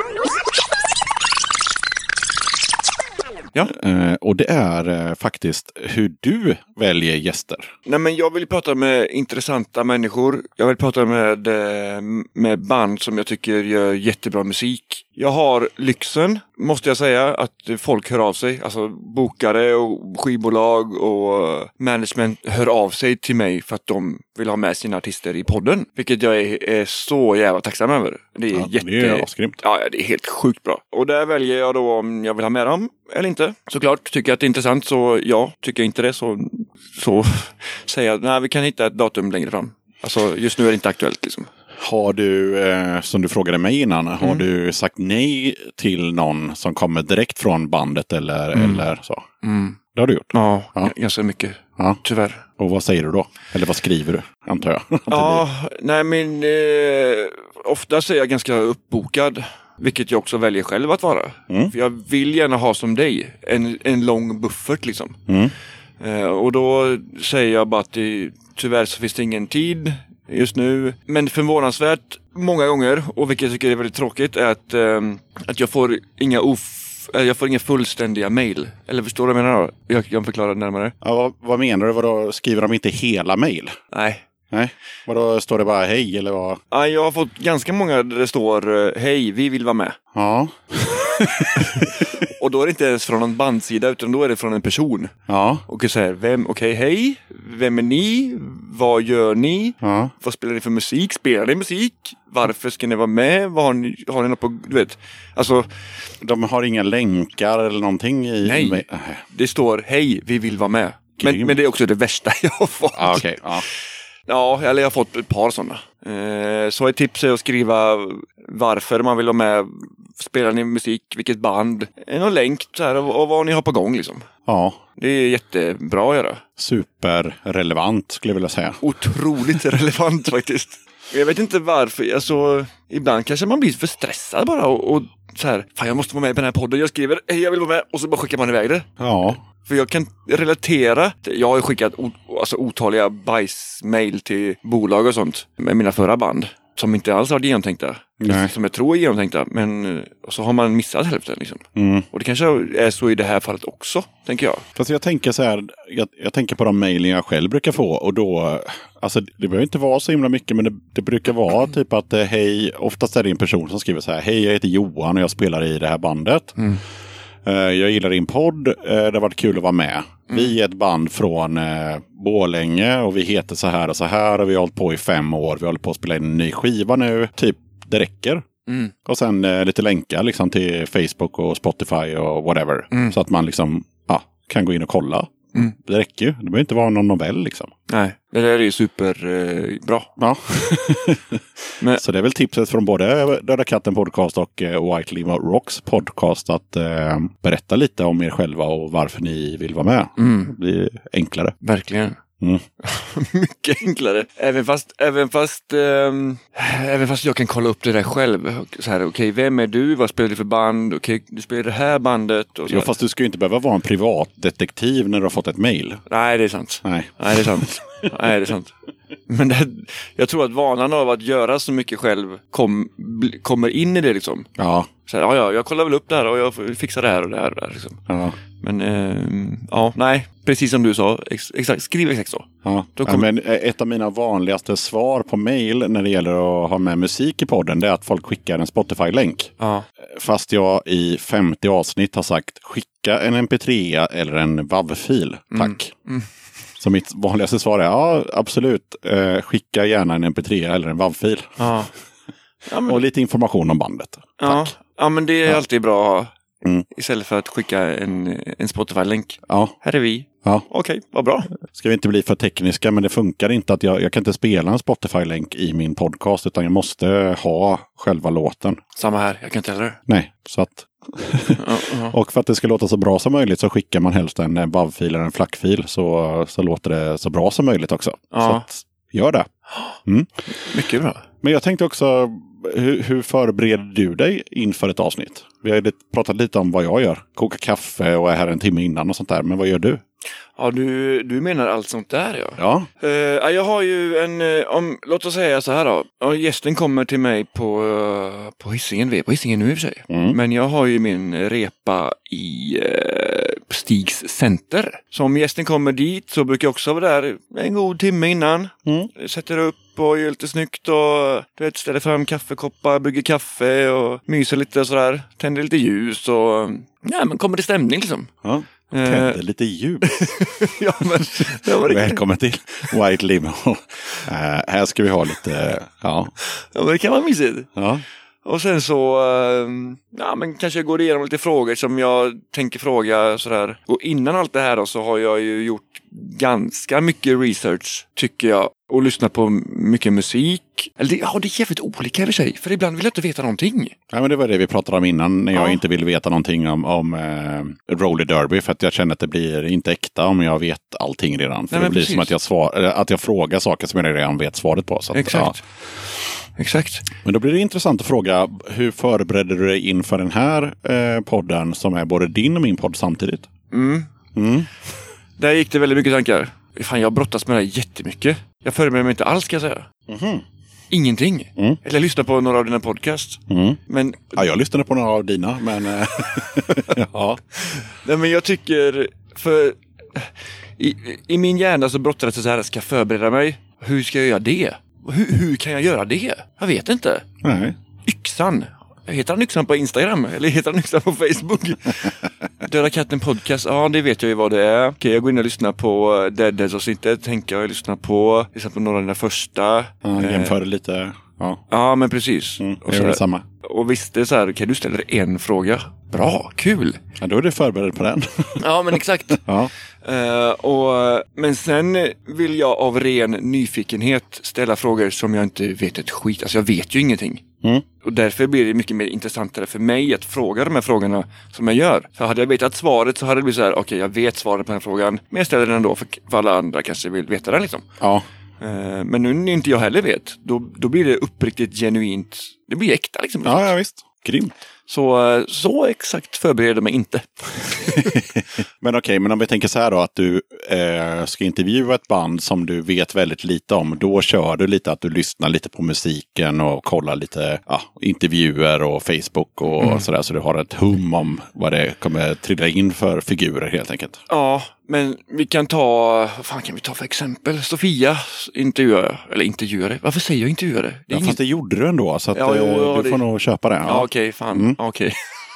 A: Ja.
B: Och det är faktiskt hur du väljer gäster.
A: Nej, men jag vill prata med intressanta människor. Jag vill prata med band som jag tycker gör jättebra musik. Jag har lyxen måste jag säga att folk hör av sig. Alltså bokare och skivbolag och management hör av sig till mig för att de vill ha med sina artister i podden. Vilket jag är så jävla tacksam över. Det är
B: det är asgrymt.
A: Ja, det är helt sjukt bra. Och där väljer jag då om jag vill ha med dem eller inte. Såklart, tycker jag att det är intressant så ja. Tycker jag inte det så säger jag, nej vi kan hitta ett datum längre fram. Alltså just nu är det inte aktuellt liksom.
B: Har du, som du frågade mig innan, har du sagt nej till någon som kommer direkt från bandet eller så? Det har du gjort?
A: Ja, ganska mycket. Ja. Tyvärr.
B: Och vad säger du då? Eller vad skriver du, antar jag?
A: Ja, nej men ofta är jag ganska uppbokad. Vilket jag också väljer själv att vara. För jag vill gärna ha som dig en lång buffert liksom. Och då säger jag bara att tyvärr så finns det ingen tid just nu. Men förvånansvärt många gånger, och vilket jag tycker är väldigt tråkigt, är att jag får inga fullständiga mejl. Eller förstår du vad jag menar då? Jag kan förklara närmare.
B: Ja, vad menar du? Vadå, skriver de inte hela mejl?
A: Nej.
B: Vadå, står det bara hej eller vad?
A: Ja, jag har fått ganska många där det står hej, vi vill vara med.
B: Ja.
A: Och då är det inte ens från någon bandsida utan då är det från en person.
B: Ja.
A: Och säger, hej, vem är ni? Vad gör ni?
B: Ja.
A: Vad spelar ni för musik? Spelar ni musik? Varför ska ni vara med? Vad har ni något på, du vet? Alltså,
B: de har inga länkar eller någonting i...
A: Nej, det står hej, vi vill vara med. Men det är också det värsta jag har fått.
B: Ah, okay. Ja.
A: Ja, eller jag har fått ett par sådana. Så ett tips är att skriva varför man vill vara med. Spelar ni musik, vilket band, någon länk så här, och vad ni har på gång liksom.
B: Ja.
A: Det är jättebra att göra.
B: Superrelevant skulle jag vilja säga.
A: Otroligt relevant faktiskt. Jag vet inte varför, alltså ibland kanske man blir för stressad bara och så här, fan jag måste vara med på den här podden. Jag skriver, hej jag vill vara med, och så bara skickar man iväg det.
B: Ja.
A: För jag kan relatera, jag har skickat otaliga bajsmail till bolag och sånt med mina förra band. Som inte alls har varit genomtänkta.
B: Nej.
A: Som jag tror är genomtänkta. Men så har man missat hälften liksom. Och det kanske är så i det här fallet också, tänker jag.
B: Fast jag tänker så här, jag tänker på de mejlen jag själv brukar få. Och då, alltså det behöver inte vara så himla mycket. Men det brukar vara typ att hej, oftast är det en person som skriver så här. Hej, jag heter Johan och jag spelar i det här bandet. Jag gillar din podd. Det har varit kul att vara med. Vi är ett band från Borlänge och vi heter så här och vi har hållit på i 5 år. Vi håller på att spela in en ny skiva nu. Typ, det räcker. Och sen lite länkar liksom till Facebook och Spotify och whatever. Så att man liksom kan gå in och kolla. Det räcker ju. Det behöver inte vara någon novell liksom.
A: Nej, det där är ju superbra.
B: Ja. Men, så det är väl tipset från både Döda Katten podcast och White Limo Rocks podcast att berätta lite om er själva och varför ni vill vara med. Det blir enklare.
A: Verkligen. Mycket enklare. Även fast jag kan kolla upp det där själv. Så här, okej, vem är du? Vad spelar du för band? Okej, du spelar det här bandet. Och så
B: fast du ska ju inte behöva vara en privatdetektiv när du har fått ett mejl.
A: Nej, det är sant.
B: Nej,
A: det är sant. Men jag tror att vanan av att göra så mycket själv kommer in i det liksom.
B: Ja.
A: Så här, jag kollar väl upp det här och jag fixar det här och det här och det här liksom.
B: Ja.
A: Men nej, precis som du sa, exakt, skriv exakt så.
B: Ja. Men ett av mina vanligaste svar på mejl när det gäller att ha med musik i podden, det är att folk skickar en Spotify-länk.
A: Ja.
B: Fast jag i 50 avsnitt har sagt skicka en MP3 eller en WAV-fil, tack. Så mitt vanligaste svar är ja, absolut. Skicka gärna en MP3 eller en WAV-fil.
A: Ja.
B: Och lite information om bandet. Tack.
A: Ja, men det är alltid bra att ha. Istället för att skicka en Spotify-länk.
B: Ja.
A: Här är vi.
B: Ja.
A: Okej, vad bra.
B: Ska vi inte bli för tekniska, men det funkar inte att jag kan inte spela en Spotify-länk i min podcast, utan jag måste ha själva låten.
A: Samma här, jag kan inte heller.
B: Nej, så att... Och för att det ska låta så bra som möjligt så skickar man helst en WAV-fil eller en FLAC-fil så låter det så bra som möjligt också.
A: Ja.
B: Så att, gör det.
A: Mycket bra.
B: Men jag tänkte också, hur förbereder du dig inför ett avsnitt? Vi har pratat lite om vad jag gör. Koka kaffe och är här en timme innan och sånt där. Men vad gör du?
A: Ja, du menar allt sånt där, ja.
B: Ja.
A: Jag har ju låt oss säga så här då. Gästen kommer till mig på Hisingen. Vi är på Hisingen nu i och för sig. Men jag har ju min repa i Stigs center. Så om gästen kommer dit så brukar jag också vara där en god timme innan. Sätter upp och gör lite snyggt och du vet, ställer fram kaffekoppar, brygger kaffe och myser lite och sådär. Tänder lite ljus och men kommer det stämning liksom.
B: Ja. Tänder lite ljus.
A: Ja, men
B: Välkommen till White Limo. Här ska vi ha lite,
A: ja men det kan vara mysigt.
B: Ja.
A: Och sen så, men kanske jag går igenom lite frågor som jag tänker fråga sådär. Och innan allt det här då, så har jag ju gjort ganska mycket research, tycker jag. Och lyssnat på mycket musik. Eller det är jävligt olika i och för sig. För ibland vill jag inte veta någonting.
B: Ja, men det var det vi pratade om innan. När jag inte ville veta någonting om Roller Derby. För att jag känner att det blir inte äkta om jag vet allting redan. För det blir precis som att jag frågar saker som jag redan vet svaret på. Så att,
A: exakt. Ja. Exakt.
B: Men då blir det intressant att fråga, hur förberedde du dig inför den här podden som är både din och min podd samtidigt?
A: Där gick det väldigt mycket tankar. Fan, jag brottas med det här jättemycket. Jag förbereder mig inte alls, ska jag säga. Ingenting. Eller jag lyssnar på några av dina podcasts. Men
B: ja, jag lyssnade på några av dina, men ja.
A: Nej, men jag tycker för i min hjärna så brottas det så här, ska jag förbereda mig? Hur ska jag göra det? Hur kan jag göra det? Jag vet inte.
B: Nej.
A: Yxan. Heter han Yxan på Instagram? Eller heter han Yxan på Facebook? Döda katten podcast. Ja, det vet jag ju vad det är. Okej, jag går in och lyssnar på Dead-avsnittet. Tänker jag lyssna på några av dina första.
B: Ja, jämför lite.
A: Ja, men precis.
B: Och så samma.
A: Och visst, det är så här, okej, du ställer en fråga. Bra, kul.
B: Ja, då är du förberedd på den.
A: Ja, men exakt.
B: Ja.
A: Men sen vill jag av ren nyfikenhet ställa frågor som jag inte vet ett skit. Alltså jag vet ju ingenting. Och därför blir det mycket mer intressantare för mig att fråga de här frågorna som jag gör. För hade jag vetat svaret så hade det blivit så här, okej, jag vet svaret på den frågan, men jag ställer den ändå för alla andra kanske vill veta den liksom.
B: Ja.
A: Men nu när inte jag heller vet, då blir det uppriktigt genuint. Det blir äkta liksom.
B: Ja, visst. Grymt.
A: Så exakt förbereder mig inte.
B: Men okej, men om vi tänker så här då, att du ska intervjua ett band som du vet väldigt lite om. Då kör du lite att du lyssnar lite på musiken och kollar lite intervjuer och Facebook och sådär. Så du har ett hum om vad det kommer trilla in för figurer helt enkelt.
A: Ja, men vi kan ta, vad fan kan vi ta för exempel? Sofia intervjuare. Varför säger jag intervjuare?
B: Fast det gjorde du ändå, så att, du får nog köpa det.
A: Ja, okej, fan. Okej.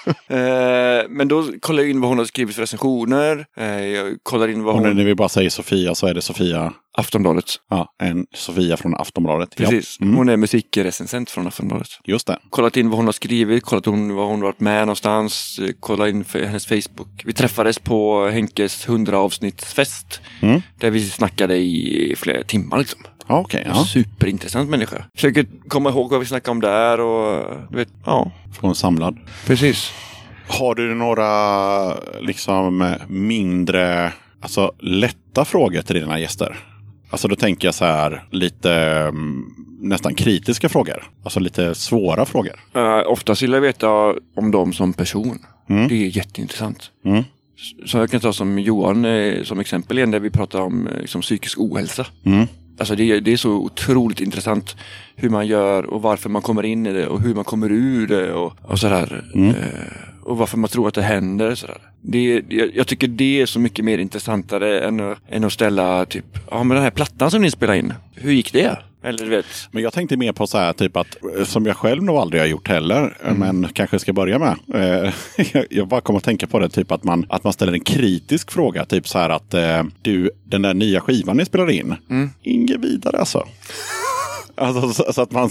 A: Men då kollar jag in vad hon har skrivit för recensioner. Jag kollar in vad hon...
B: När vi bara säger Sofia så är det Sofia...
A: Aftonbladet.
B: Ja, en Sofia från Aftonbladet.
A: Precis, hon är musikrecensent från Aftonbladet.
B: Just det.
A: Kollat in vad hon har skrivit, kollat vad hon har varit med någonstans, kollat in för hennes Facebook. Vi träffades på Henkes 100-avsnittsfest. Där vi snackade i flera timmar liksom.
B: Okay, ja.
A: Superintressant människa. Försöker komma ihåg vad vi snackade om där och du vet,
B: Från samlad.
A: Precis.
B: Har du några liksom mindre, alltså lätta frågor till dina gäster? Alltså då tänker jag så här lite nästan kritiska frågor. Alltså lite svåra frågor.
A: Oftast vill jag veta om dem som person. Det är jätteintressant. Så jag kan ta som Johan som exempel igen, där vi pratar om liksom, psykisk ohälsa. Alltså det är så otroligt intressant hur man gör och varför man kommer in i det och hur man kommer ur det och sådär. Och varför man tror att det händer sådär. Jag tycker det är så mycket mer intressantare än att ställa typ, men den här plattan som ni spelar in, hur gick det? Eller du vet.
B: Men jag tänkte mer på så här typ att, som jag själv nog aldrig har gjort heller, men kanske ska börja med. Jag bara kommer att tänka på det, typ att man ställer en kritisk fråga, typ så här att den där nya skivan ni spelar in, ingen vidare alltså. Alltså, så att man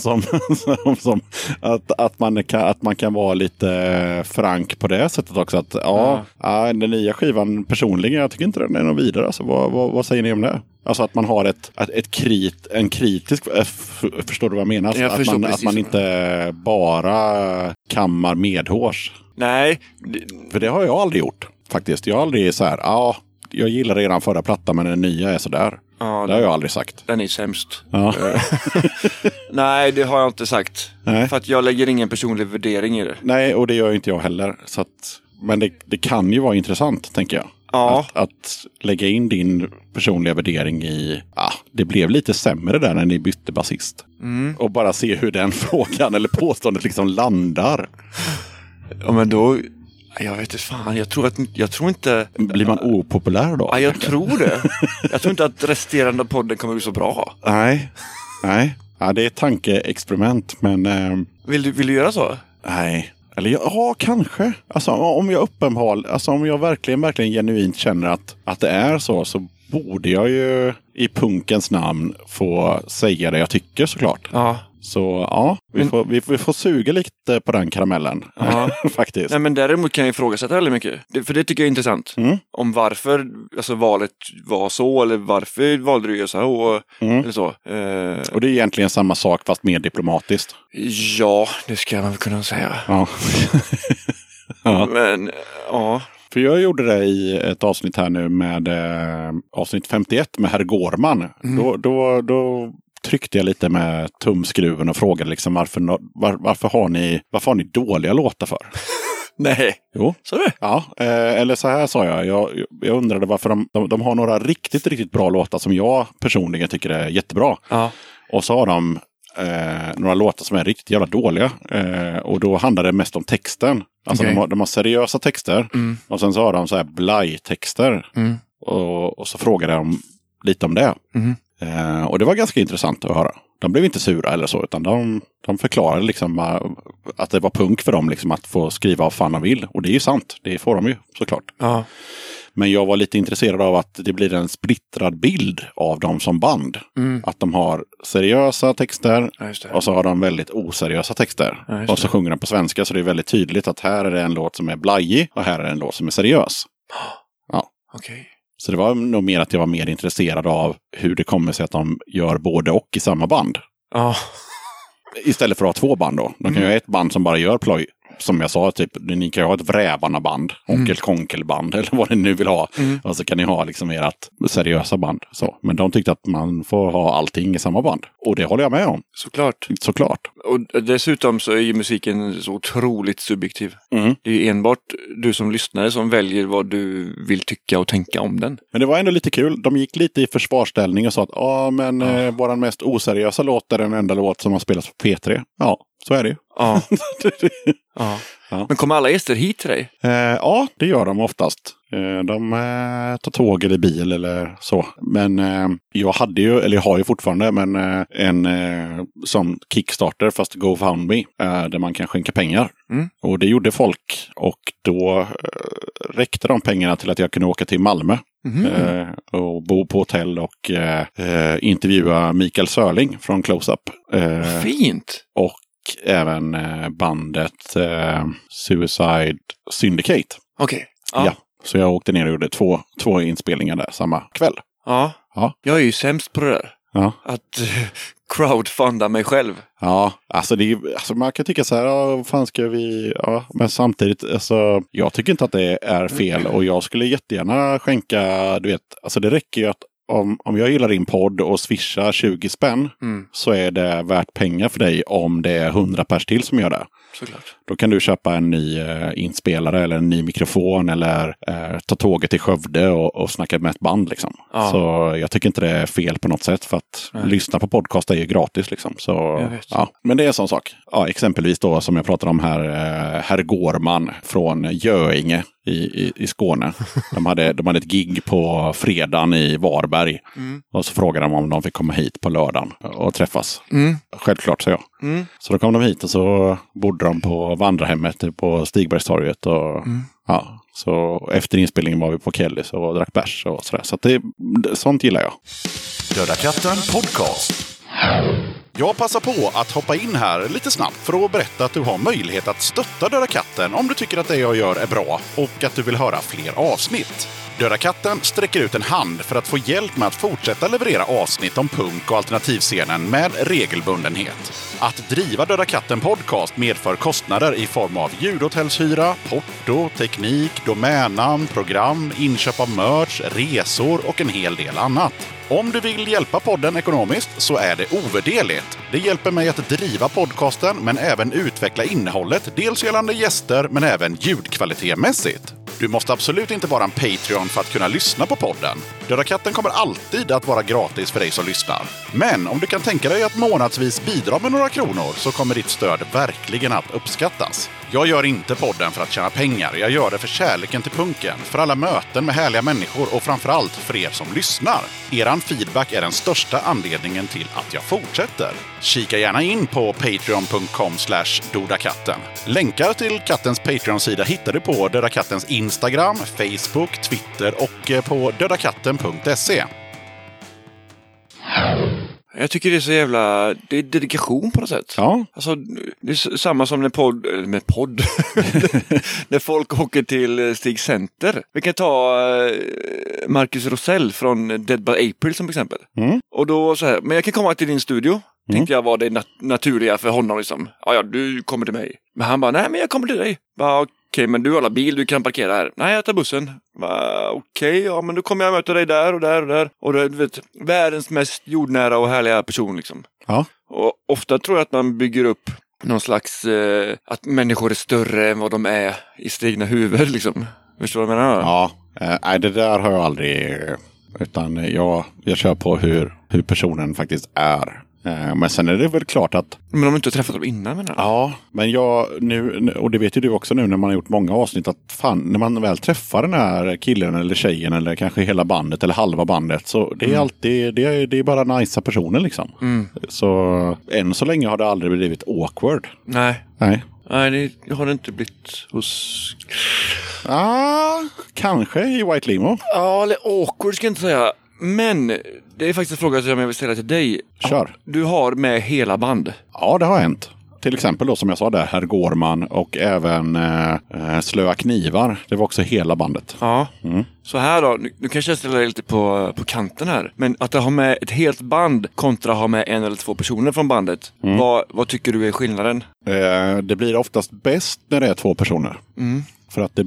B: att man kan vara lite frank på det sättet också. Att den nya skivan personligen, jag tycker inte den är någon vidare. Alltså, vad säger ni om det? Alltså att man har en kritisk, förstår du vad jag menar? Att man inte bara kammar medhårs.
A: Nej.
B: För det har jag aldrig gjort faktiskt. Jag har aldrig så här, jag gillar redan förra plattan men den nya är sådär. Ja, det har jag aldrig sagt.
A: Den är sämst.
B: Ja.
A: Nej, det har jag inte sagt. Nej. För att jag lägger ingen personlig värdering i det.
B: Nej, och det gör inte jag heller. Så att, men det kan ju vara intressant, tänker jag.
A: Ja.
B: Att lägga in din personliga värdering i... det blev lite sämre där när ni bytte basist. Och bara se hur den frågan eller påståendet liksom landar.
A: Ja, men då... Jag vet inte fan, jag tror inte...
B: Blir man opopulär då?
A: Ja, jag tror det. Jag tror inte att resterande podden kommer bli så bra.
B: Nej. Nej. Ja, det är ett tankeexperiment, men...
A: Vill du göra så?
B: Nej. Eller ja, kanske. Alltså om jag verkligen genuint känner att det är så borde jag ju i punkens namn få säga det jag tycker, såklart.
A: Ja.
B: Så ja, vi får suga lite på den karamellen.
A: Ja.
B: Faktiskt.
A: Nej, men däremot kan jag ifrågasätta väldigt mycket. För det tycker jag är intressant. Om varför valet var så, eller varför valde du så eller så.
B: Och det är egentligen samma sak fast mer diplomatiskt.
A: Ja, det ska man väl kunna säga.
B: Ja. Ja.
A: Men, ja.
B: För jag gjorde det i ett avsnitt här nu med avsnitt 51 med herr Gårman. Då tryckte jag lite med tumskruven och frågade liksom varför har ni dåliga låtar för?
A: Nej.
B: Jo.
A: Så det?
B: Ja, eller så här sa jag. Jag undrade varför de har några riktigt bra låtar som jag personligen tycker är jättebra.
A: Ja.
B: Och så har de några låtar som är riktigt jävla dåliga. Och då handlar det mest om texten. Alltså de har seriösa texter. Och sen så har de så här blaj-texter. Och så frågade de lite om det. Och det var ganska intressant att höra. De blev inte sura eller så, utan de förklarade liksom att det var punk för dem liksom att få skriva vad fan de vill. Och det är ju sant, det får de ju såklart.
A: Ja.
B: Men jag var lite intresserad av att det blir en splittrad bild av dem som band. Att de har seriösa texter och så har de väldigt oseriösa texter. Och så sjunger de på svenska, så det är väldigt tydligt att här är det en låt som är blajig och här är det en låt som är seriös. Ja.
A: Okej.
B: Så det var nog mer att jag var mer intresserad av hur det kommer sig att de gör både och i samma band.
A: Ja.
B: Istället för att ha två band då. De kan ju ha ett band som bara gör ploj. Som jag sa, typ, ni kan ju ha ett Vrävarna-band. Onkel-Konkel-band eller vad ni nu vill ha. Och så kan ni ha liksom ert seriösa band. Så. Men de tyckte att man får ha allting i samma band. Och det håller jag med om. Såklart.
A: Och dessutom så är ju musiken så otroligt subjektiv. Det är ju enbart du som lyssnare som väljer vad du vill tycka och tänka om den.
B: Men det var ändå lite kul. De gick lite i försvarsställning och sa att våran mest oseriösa låt är den enda låt som har spelats på P3. Ja, så är det ju.
A: Ja. Ja. Men kommer alla gäster hit till dig?
B: Ja, det gör de oftast. De tar tåg eller bil eller så. Men jag har ju fortfarande en som Kickstarter, fast GoFundMe, där man kan skänka pengar. Och det gjorde folk. Och då räckte de pengarna till att jag kunde åka till Malmö. Och bo på hotell och intervjua Mikael Sörling från Close-Up.
A: Fint!
B: Och även bandet Suicide Syndicate.
A: Okej.
B: Ja. Så jag åkte ner och gjorde två inspelningar där samma kväll.
A: Ja. Jag är ju sämst på det där.
B: Ja.
A: Att crowdfunda mig själv.
B: Ja, alltså man kan tycka så här, fan ska vi... Ja, men samtidigt, alltså, jag tycker inte att det är fel. Och jag skulle jättegärna skänka, du vet, alltså det räcker ju att om jag gillar din podd och swishar 20 spänn så är det värt pengar för dig om det är 100 pers till som gör det.
A: Såklart.
B: Då kan du köpa en ny inspelare eller en ny mikrofon eller ta tåget till Skövde och snacka med ett band liksom. Ja. Så jag tycker inte det är fel på något sätt, för att lyssna på podcast är ju gratis liksom. Så, ja. Men det är en sån sak. Ja, exempelvis då som jag pratade om här, herr Gårman från Göinge i Skåne. De hade ett gig på fredagen i Varberg. Och så frågade de om de fick komma hit på lördagen och träffas. Självklart, så jag. Så då kom de hit och så bodde de på vandrarhemmet på Stigbergstorget. Och, ja, så efter inspelningen var vi på Kellys och drack bärs och sådär. Så att sånt gillar jag. Döda katten podcast. Jag passar på att hoppa in här lite snabbt för att berätta att du har möjlighet att stötta Döda katten om du tycker att det jag gör är bra och att du vill höra fler avsnitt. Döda katten sträcker ut en hand för att få hjälp med att fortsätta leverera avsnitt om punk och alternativscenen med regelbundenhet. Att driva Döda katten podcast medför kostnader i form av ljudhotellshyra, porto, teknik, domännamn, program, inköp av merch, resor och en hel del annat. Om du vill hjälpa podden ekonomiskt så är det ovärderligt. Det hjälper mig att driva podcasten men även utveckla innehållet, dels gällande gäster men även ljudkvalitetmässigt. Du måste absolut inte vara en Patreon för att kunna lyssna på podden. Döda katten kommer alltid att vara gratis för dig som lyssnar. Men om du kan tänka dig att månadsvis bidra med några kronor så kommer ditt stöd verkligen att uppskattas. Jag gör inte podden för att tjäna pengar. Jag gör det för kärleken till punken, för alla möten med härliga människor och framförallt för er som lyssnar. Eran feedback är den största anledningen till att jag fortsätter. Kika gärna in på patreon.com/dodakatten. Länkar till kattens Patreon-sida hittar du på Döda Kattens Instagram, Facebook, Twitter och på dödakatten.se.
A: Jag tycker det är så jävla... Det är dedikation på något sätt.
B: Ja.
A: Alltså, det är samma som när podd. När folk åker till Stig Center. Vi kan ta Marcus Rosell från Dead by April som exempel. Och då så här, men jag kan komma till din studio. Tänkte jag var det naturliga för honom liksom. Ja, du kommer till mig. Men han bara, nej men jag kommer till dig. Okej, men du har alla bil, du kan parkera här. Nej, jag tar bussen. Okej, ja men då kommer jag möta dig där och där och där. Och du vet, världens mest jordnära och härliga person liksom.
B: Ja.
A: Och ofta tror jag att man bygger upp någon slags, att människor är större än vad de är i sitt egna huvud liksom. Förstår du vad jag menar?
B: Ja, nej det där har jag aldrig, utan jag kör på hur personen faktiskt är. Men sen är det väl klart att...
A: Men de har inte träffat dem innan, menar jag.
B: Ja, men jag nu, och det vet ju du också nu när man har gjort många avsnitt, att fan, när man väl träffar den här killen eller tjejen eller kanske hela bandet eller halva bandet, så det är alltid, det är bara nice personer liksom. Så än så länge har det aldrig blivit awkward.
A: Nej.
B: Nej.
A: Nej, det har det inte blivit hos...
B: Kanske i White Limo.
A: Ja, eller awkward ska jag inte säga. Men det är faktiskt en fråga som jag vill ställa till dig.
B: Kör.
A: Du har med hela band.
B: Ja, det har hänt. Till exempel då som jag sa där, Herr Gårman och även Slöa Knivar. Det var också hela bandet.
A: Ja. Så här då, nu kanske jag ställer dig lite på kanten här. Men att ha med ett helt band kontra ha med en eller två personer från bandet. Vad tycker du är skillnaden?
B: Det blir oftast bäst när det är två personer. För att det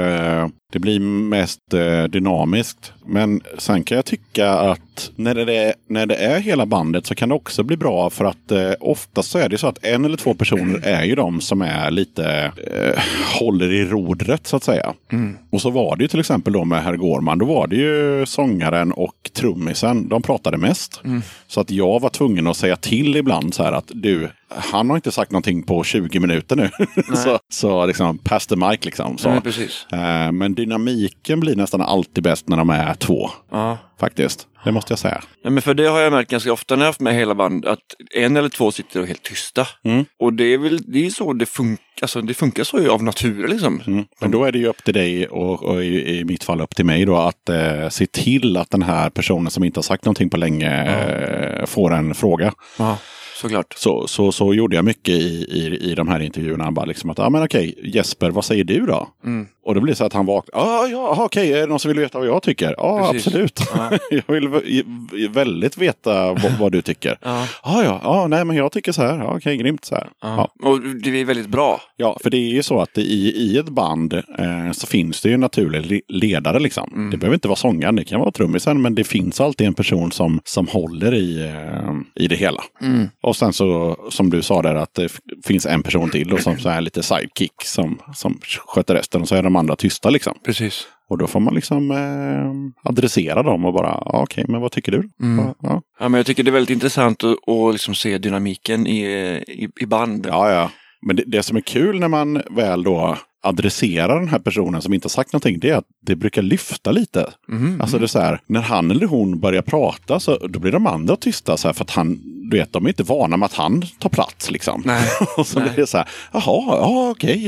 B: blir mest dynamiskt. Men sen kan jag tycka att när det är hela bandet så kan det också bli bra, för att oftast så är det så att en eller två personer är ju de som är lite håller i rodret så att säga. Och så var det ju till exempel då med Herr Gårman, då var det ju sångaren och trummisen, de pratade mest. Så att jag var tvungen att säga till ibland så här att han har inte sagt någonting på 20 minuter nu. så liksom pass the mic liksom. Så.
A: Nej, precis.
B: Men dynamiken blir nästan alltid bäst när de är två.
A: Ja.
B: Faktiskt. Det måste jag säga.
A: Ja, men för det har jag märkt ganska ofta när jag har haft med hela band, att en eller två sitter och helt tysta. Och det är så det funkar. Alltså det funkar så av natur liksom.
B: Men då är det ju upp till dig och i mitt fall upp till mig då att se till att den här personen som inte har sagt någonting på länge får en fråga.
A: Ja. Såklart.
B: Så gjorde jag mycket i de här intervjuerna. Bara liksom att, men okej, Jesper, vad säger du då? Och det blir så att han vaknar. Okej, är det någon som vill veta vad jag tycker? Ja, absolut. Ja. Jag vill väldigt veta vad du tycker. Nej, men jag tycker så här. Ja, okej, grymt så här. Ja.
A: Och det är väldigt bra.
B: Ja, för det är ju så att i ett band så finns det ju en naturlig ledare liksom. Det behöver inte vara sångaren, det kan vara trummisen, men det finns alltid en person som håller i det hela. Och sen så, som du sa där, att det finns en person till och som så är lite sidekick som sköter resten, och så är de andra tysta liksom.
A: Precis. Och
B: då får man liksom adressera dem och bara, okej, men vad tycker du?
A: Ja, men jag tycker det är väldigt intressant att liksom se dynamiken i band.
B: Ja. Men det som är kul när man väl då adresserar den här personen som inte har sagt någonting, det är att det brukar lyfta lite. Alltså det är så här, när han eller hon börjar prata så då blir de andra tysta så här, för att du vet, de är inte vana med att han tar plats liksom.
A: Nej.
B: Och så blir det så här, okej.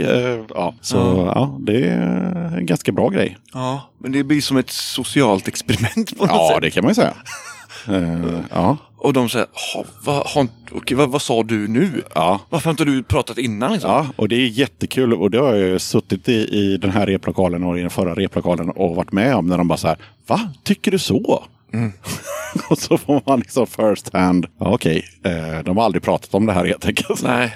B: Det är en ganska bra grej.
A: Ja, men det blir som ett socialt experiment på något sätt.
B: Ja, det kan man ju säga.
A: Och de säger, vad sa du nu?
B: Ja.
A: Varför har inte du pratat innan? Liksom?
B: Ja, och det är jättekul. Och det har jag ju suttit i den här replokalen och i den förra replokalen och varit med om när de bara så här, va? Tycker du så? Och så får man liksom first hand. Okej, de har aldrig pratat om det här helt enkelt.
A: Nej.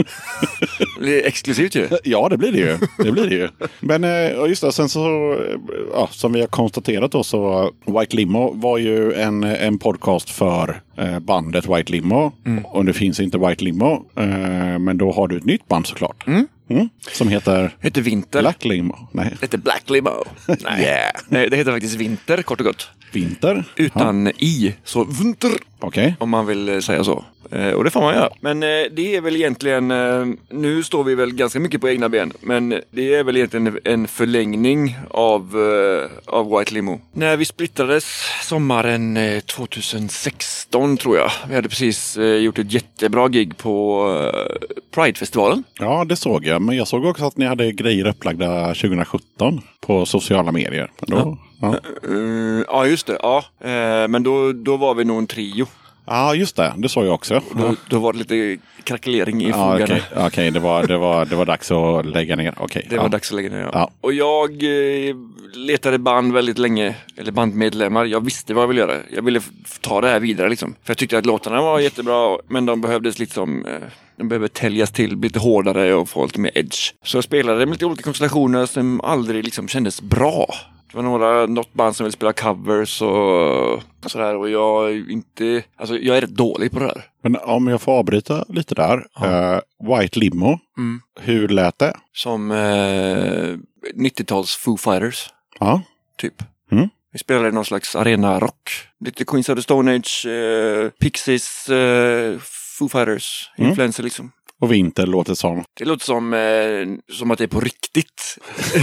A: Det är exklusivt ju.
B: Ja, det blir det ju. Men just det, sen så, som vi har konstaterat då, så White Limo var ju en podcast för bandet White Limo. Och det finns inte White Limo, men då har du ett nytt band såklart. Som heter
A: Vinter.
B: Black Limo. Nej.
A: Det heter Black Limo. Nej.
B: Yeah.
A: Nej, det heter faktiskt Vinter, kort och gott.
B: Vinter?
A: Utan i, så vinter.
B: Okej.
A: Om man vill säga så. Och det får man göra. Men det är väl egentligen, nu står vi väl ganska mycket på egna ben. Men det är väl egentligen en förlängning av White Limo. När vi splittrades sommaren 2016 tror jag. Vi hade precis gjort ett jättebra gig på Pride-festivalen.
B: Ja, det såg jag. Men jag såg också att ni hade grejer upplagda 2017 på sociala medier. Då,
A: ja, just det. Ja. Men då var vi nog en trio.
B: Ja, just det. Det såg jag också.
A: Då var det lite krackelering i fogarna.
B: Okej. Det var dags att lägga ner. Okej.
A: Det var dags att lägga ner,
B: ja.
A: Och jag letade band väldigt länge, eller bandmedlemmar. Jag visste vad jag ville göra. Jag ville ta det här vidare liksom. För jag tyckte att låtarna var jättebra, men de behövdes liksom... De behöver täljas till, bli lite hårdare och få lite mer edge. Så jag spelade med lite olika konstellationer som aldrig liksom kändes bra. Det var något band som ville spela covers och sådär. Och jag är rätt dålig på det här.
B: Men om jag får avbryta lite där. Ja. White Limo. Mm. Hur lät det?
A: Som 90-tals Foo Fighters.
B: Ja.
A: Typ.
B: Mm.
A: Vi spelade någon slags arena-rock. Lite Queens of the Stone Age, Pixies, Foo Fighters. Influencer liksom.
B: Och Vinter låter som?
A: Det låter som att det är på riktigt.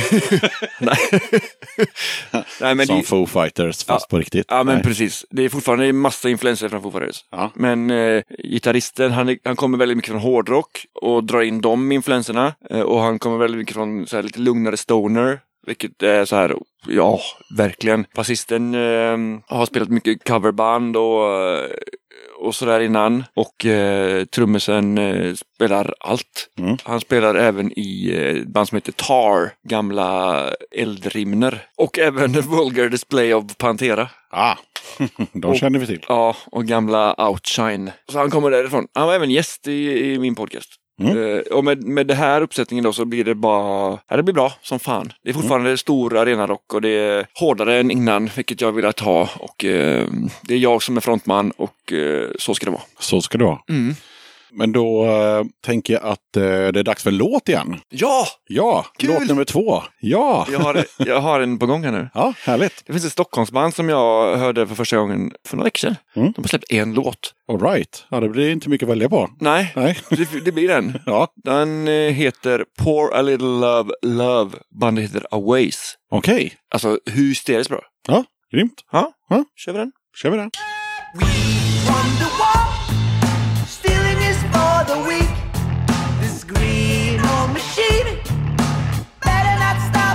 A: Nej, men
B: som Foo Fighters fast på riktigt.
A: Ja, men precis. Det är fortfarande en massa influenser från Foo Fighters. Ja. Men gitarristen, han kommer väldigt mycket från hårdrock och drar in de influenserna. Och han kommer väldigt mycket från så här, lite lugnare stoner. Vilket är så här, ja, verkligen. Basisten har spelat mycket coverband och sådär innan. Och trummisen spelar allt. Mm. Han spelar även i band som heter Tar, gamla eldrimner. Och även Vulgar Display of Pantera.
B: De känner vi till.
A: Ja, och gamla Outshine. Så han kommer därifrån. Han var även gäst i min podcast. Och med det här uppsättningen då så blir det bara... det blir bra som fan. Det är fortfarande stor arenarock och det är hårdare än innan, vilket jag vill ha. Och det är jag som är frontman och så ska det vara.
B: Så ska det vara. Mm. Men då tänker jag att det är dags för en låt igen. Ja, kul. Låt nummer 2. Ja.
A: Jag har en på gång här nu.
B: Ja, härligt.
A: Det finns ett Stockholmsband som jag hörde för första gången för några veckor sedan. De har släppt en låt.
B: All right. Ja, det blir inte mycket att välja på.
A: Nej. Det blir den.
B: Ja.
A: Den heter Pour a Little Love. Bandet heter A Ways.
B: Okej.
A: Alltså, hur hysteriskt bra.
B: Ja, grymt.
A: Ja. Kör vi den.
B: We
C: won the war. Stealing is for the weak. This green old machine better not stop.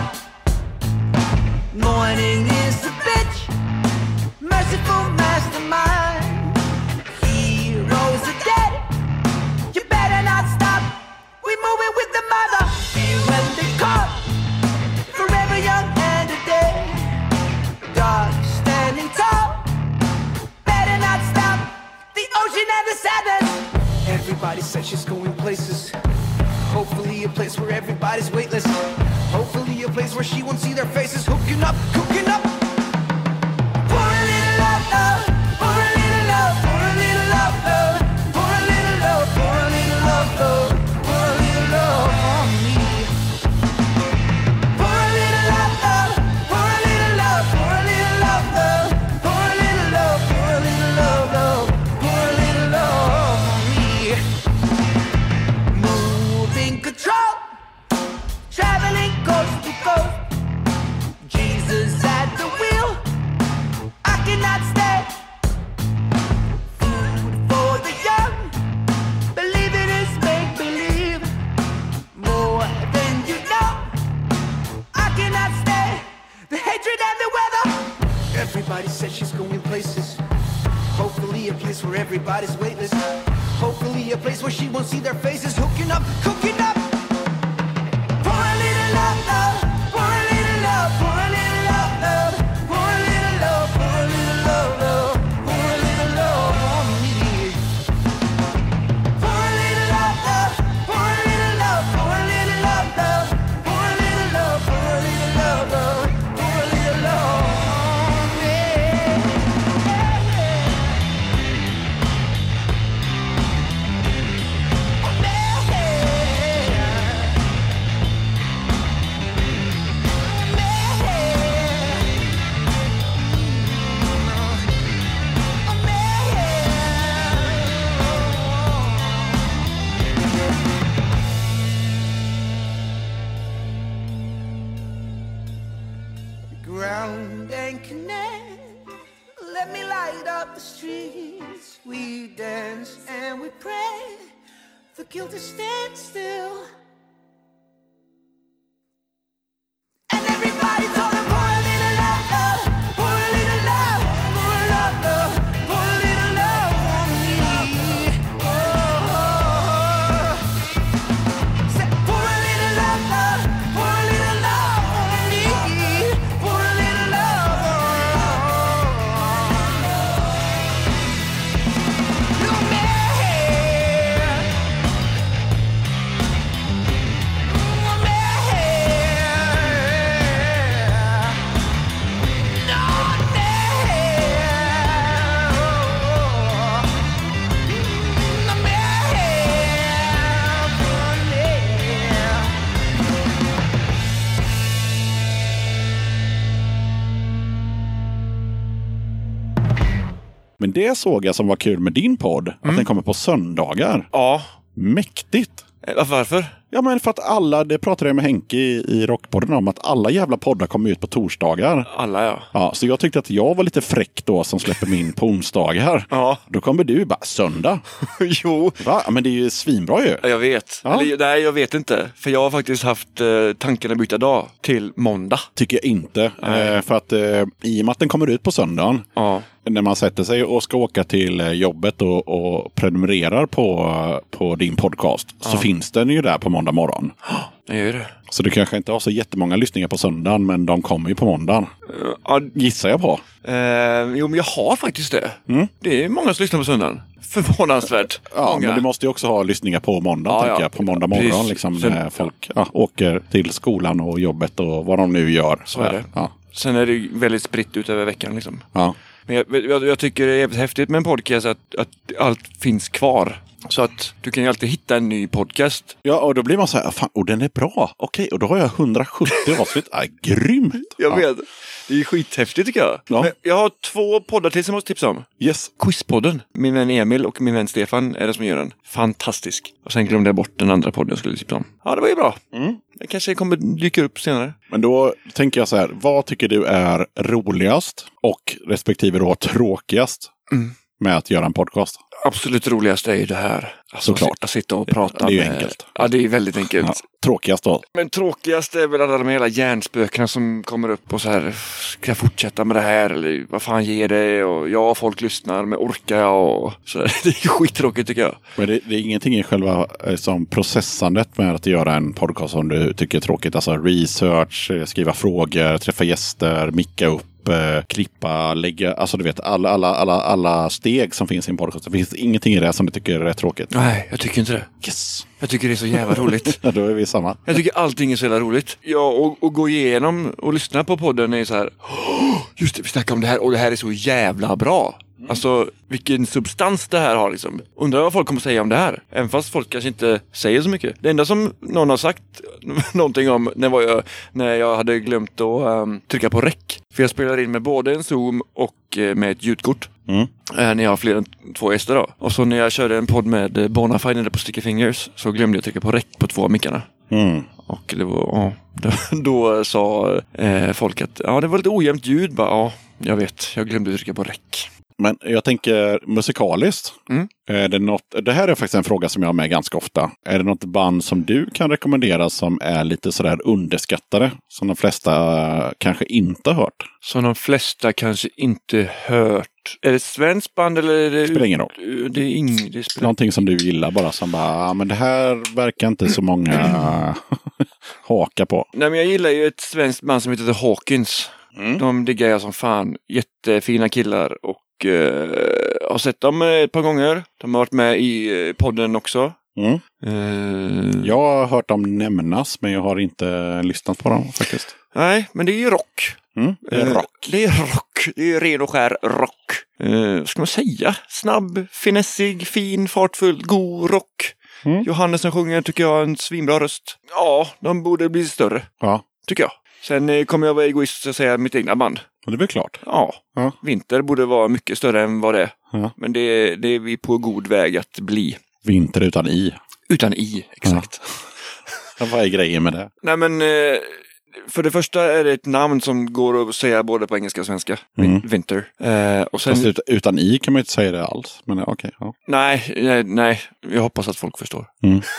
C: Morning is a bitch. Merciful mastermind. Heroes are dead. You better not stop. We moving with the mother. Feel when they call. Forever young and a day. Dark standing tall. Better not stop. The ocean and the sadness. Everybody says she's going places. Hopefully a place where everybody's weightless. Hopefully a place where she won't see their faces. Hooking up, cooking up. Pour a little love, love. Pour a little love, pour a little love, love. Pour a little love, pour a little love, love. Pour a little love on me. Pour a little love, love. Pour a little love, pour a little love, love. Pour a little love, pour a little love, love. Pour a little love on me. Moving control. Traveling coast to coast. Jesus at the wheel. I cannot stay. Food for the young. Believe it is make believe. More than you know. I cannot stay. The hatred and the weather. Everybody says she's going places. Hopefully a place where everybody's weightless. Hopefully a place where she won't see their faces. Hooking up, cooking up. Pour a little love, love. Pour a little love, pour a little love, love. Pour a little love, pour a little love, love. Pour a little love on me. Pour a little love, love. Pour a little love, pour a little love, love. Pour a little love, pour a little love, love. Pour a little love on me. the guilt is stand still. And everybody told him, pour a little love, pour a little love, pour a love, pour a little love on me. Oh, said, pour a little love, pour a little love on me, pour a little love on me.
B: Men det såg jag som var kul med din podd. Att den kommer på söndagar.
A: Ja.
B: Mäktigt.
A: Varför?
B: Ja, men för att det pratade jag med Henke i Rockpodden om, att alla jävla poddar kommer ut på torsdagar.
A: Alla, ja.
B: Ja, så jag tyckte att jag var lite fräck då som släpper min på onsdagar.
A: Ja.
B: Då kommer du bara, söndag.
A: Jo.
B: Va? Men det är ju svinbra ju.
A: Ja, jag vet.
B: Ja.
A: Eller, nej, jag vet inte. För jag har faktiskt haft tanken att byta dag till måndag.
B: Tycker jag inte. För att i och med att den kommer ut på söndagen,
A: Ja.
B: när man sätter sig och ska åka till jobbet och prenumererar på din podcast, så finns den ju där på måndag morgon.
A: Jag gör det.
B: Så du kanske inte har så jättemånga lyssningar på söndagen, men de kommer ju på måndagen.
A: Ja,
B: Gissar jag på.
A: jo, men jag har faktiskt det. Det är många som lyssnar på söndagen. Förvånansvärt
B: Ja,
A: många.
B: men du måste ju också ha lyssningar på måndag,
A: Ja,
B: tänker
A: ja.
B: jag. På måndag morgon,
A: Precis.
B: liksom,
A: Sen-
B: när folk åker till skolan och jobbet och vad de nu gör.
A: Så är det.
B: Ja.
A: Sen är det väldigt spritt ut över veckan liksom.
B: Ja.
A: Men jag tycker det är jävligt häftigt med en podcast att allt finns kvar. Så att du kan ju alltid hitta en ny podcast.
B: Ja, och då blir man så här, fan, och den är bra. Okej, och då har jag 170 avsnitt. Grymt!
A: Jag vet. Det är skithäftigt tycker jag.
B: Ja.
A: Men jag har 2 poddar till som jag måste tipsa om.
B: Yes.
A: Quizpodden. Min vän Emil och min vän Stefan är det som gör den. Fantastisk. Och sen glömde jag bort den andra podden jag skulle tipsa om. Ja, det var ju bra. Det kanske kommer dyka upp senare.
B: Men då tänker jag så här, vad tycker du är roligast och respektive då tråkigast med att göra en podcast?
A: Absolut roligast är ju det här. Alltså,
B: Såklart.
A: Att sitta och prata
B: Det är ju
A: med...
B: enkelt.
A: Ja, det är väldigt enkelt.
B: Ja. Tråkigast då?
A: Men tråkigast är väl alla de hela hjärnspökena som kommer upp och så här, ska jag fortsätta med det här eller vad fan ger det? Och ja, folk lyssnar, men orkar jag? Och så där. Det är skittråkigt tycker jag.
B: Men det är ingenting i själva som processandet med att göra en podcast som du tycker är tråkigt? Alltså research, skriva frågor, träffa gäster, micka upp, klippa, lägga, alltså du vet alla steg som finns i en podcast. Det finns ingenting i det som du tycker är tråkigt.
A: Nej, jag tycker inte det.
B: Yes!
A: Jag tycker det är så jävla roligt.
B: Ja, då är vi samma.
A: Jag tycker allting är så jävla roligt. Ja, och gå igenom och lyssna på podden är så här, just det, vi snackar om det här och det här är så jävla bra. Alltså, vilken substans det här har liksom. Undrar vad folk kommer säga om det här. Även fast folk kanske inte säger så mycket. Det enda som någon har sagt någonting om när jag hade glömt att trycka på rec. För jag spelar in med både en Zoom och med ett ljudkort. När jag har fler än 2 gäster då. Och så när jag körde en podd med Bonafide nere på Sticky Fingers så glömde jag trycka på rec på 2 av mickarna. Och det var, då sa folk att det var lite ojämnt ljud. Bara, jag vet, jag glömde trycka på rec.
B: Men jag tänker musikaliskt. Är det något, det här är faktiskt en fråga som jag har med ganska ofta. Är det något band som du kan rekommendera som är lite sådär underskattade? Som de flesta kanske inte har hört?
A: Som de flesta kanske inte hört. Är det ett svenskt band eller är det...
B: Spelar ingen roll.
A: Det är inget.
B: Någonting som du gillar bara som bara, men det här verkar inte så många haka på.
A: Nej, men jag gillar ju ett svenskt band som heter The Hawkins. De diggar jag som fan. Jättefina killar och har sett dem ett par gånger. De har varit med i podden också.
B: Jag har hört dem nämnas, men jag har inte lyssnat på dem faktiskt.
A: Nej, men det är ju rock.
B: Det är rock.
A: Det är rock. Det är ren och skär rock. Vad ska man säga? Snabb, finessig, fin, fartfull, god rock. Johannesson sjunger tycker jag en svinbra röst. Ja, de borde bli större.
B: Ja,
A: Tycker jag. Sen kommer jag vara egoist och säga mitt egna band.
B: och det är väl klart.
A: Ja,
B: Ja.
A: Vinter borde vara mycket större än vad det är.
B: Ja.
A: Men det är vi på god väg att bli.
B: Vinter utan i.
A: Utan i, exakt.
B: Ja, vad är grejen med det?
A: Nej men, för det första är det ett namn som går att säga både på engelska och svenska. Winter. Och sen...
B: Fast utan i kan man inte säga det alls. Men okej. Ja.
A: Nej. Jag hoppas att folk förstår.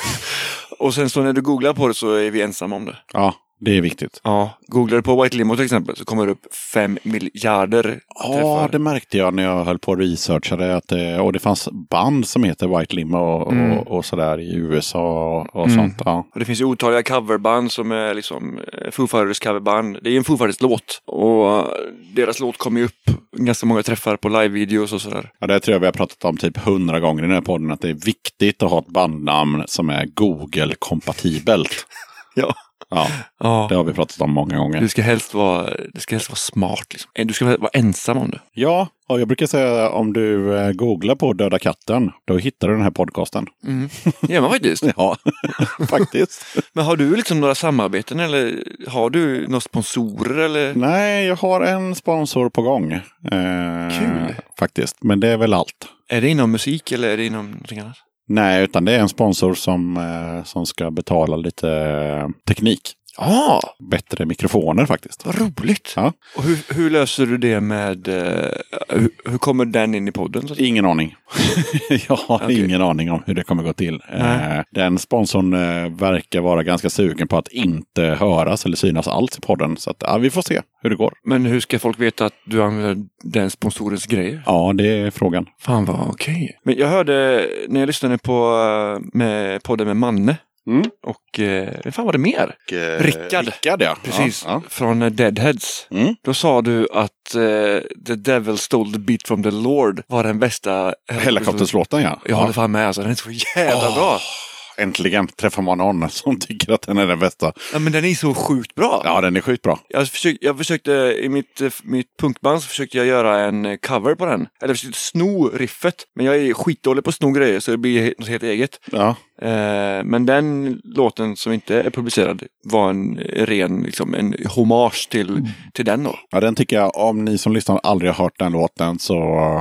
A: Och sen så när du googlar på det så är vi ensamma om det.
B: Ja, det är viktigt.
A: Ja, googlar du på White Limo till exempel så kommer det upp 5 miljarder träffar.
B: Ja, det märkte jag när jag höll på att researcha det. Och det fanns band som heter White Limo och sådär i USA och sånt. Ja.
A: Och det finns ju otaliga coverband som är liksom Foo Fighters coverband. Det är en Foo Fighters låt. Och deras låt kommer ju upp ganska många träffar på live-videos och sådär.
B: Ja, det tror jag vi har pratat om typ 100 gånger i den här podden. Att det är viktigt att ha ett bandnamn som är Google-kompatibelt. Ja, det har vi pratat om många gånger.
A: Det ska helst vara smart. Liksom. Du ska vara ensam om det.
B: Ja, och jag brukar säga om du googlar på Döda katten, då hittar du den här podcasten.
A: Ja, men faktiskt.
B: Ja, faktiskt.
A: Men har du liksom några samarbeten eller har du några sponsorer? Eller?
B: Nej, jag har en sponsor på gång.
A: Kul.
B: Faktiskt, men det är väl allt.
A: Är det inom musik eller är det inom någonting annat?
B: Nej, utan det är en sponsor som ska betala lite teknik.
A: Ja!
B: Bättre mikrofoner faktiskt.
A: Vad roligt.
B: Ja. Och
A: hur löser du det med... hur kommer den in i podden?
B: Ingen aning. Jag har ingen aning om hur det kommer gå till. Den sponsorn verkar vara ganska sugen på att inte höras eller synas alls i podden. Så att, vi får se hur det går.
A: Men hur ska folk veta att du använder den sponsorens grejer?
B: Ja, det är frågan.
A: Fan vad okej. Men jag hörde när jag lyssnade på podden med Manne. Och vad fan var det mer? Rickard,
B: ja.
A: Precis,
B: Ja.
A: från Deadheads. Då sa du att The Devil Stole the Beat from the Lord var den bästa
B: Helikopterslåten, ja.
A: Jag håller fan med, alltså. Den är så jävla bra.
B: Äntligen träffar man någon som tycker att den är den bästa.
A: Ja, men den är så sjukt bra.
B: Ja, den är sjukt bra.
A: Jag försökte i mitt punkband så försökte jag göra en cover på den. Eller jag försökte sno riffet. Men jag är skitdålig på att sno grejer så det blir något helt eget.
B: Ja.
A: Men den låten som inte är publicerad var en ren liksom, en hommage till den då.
B: Ja, den tycker jag, om ni som lyssnar aldrig har hört den låten så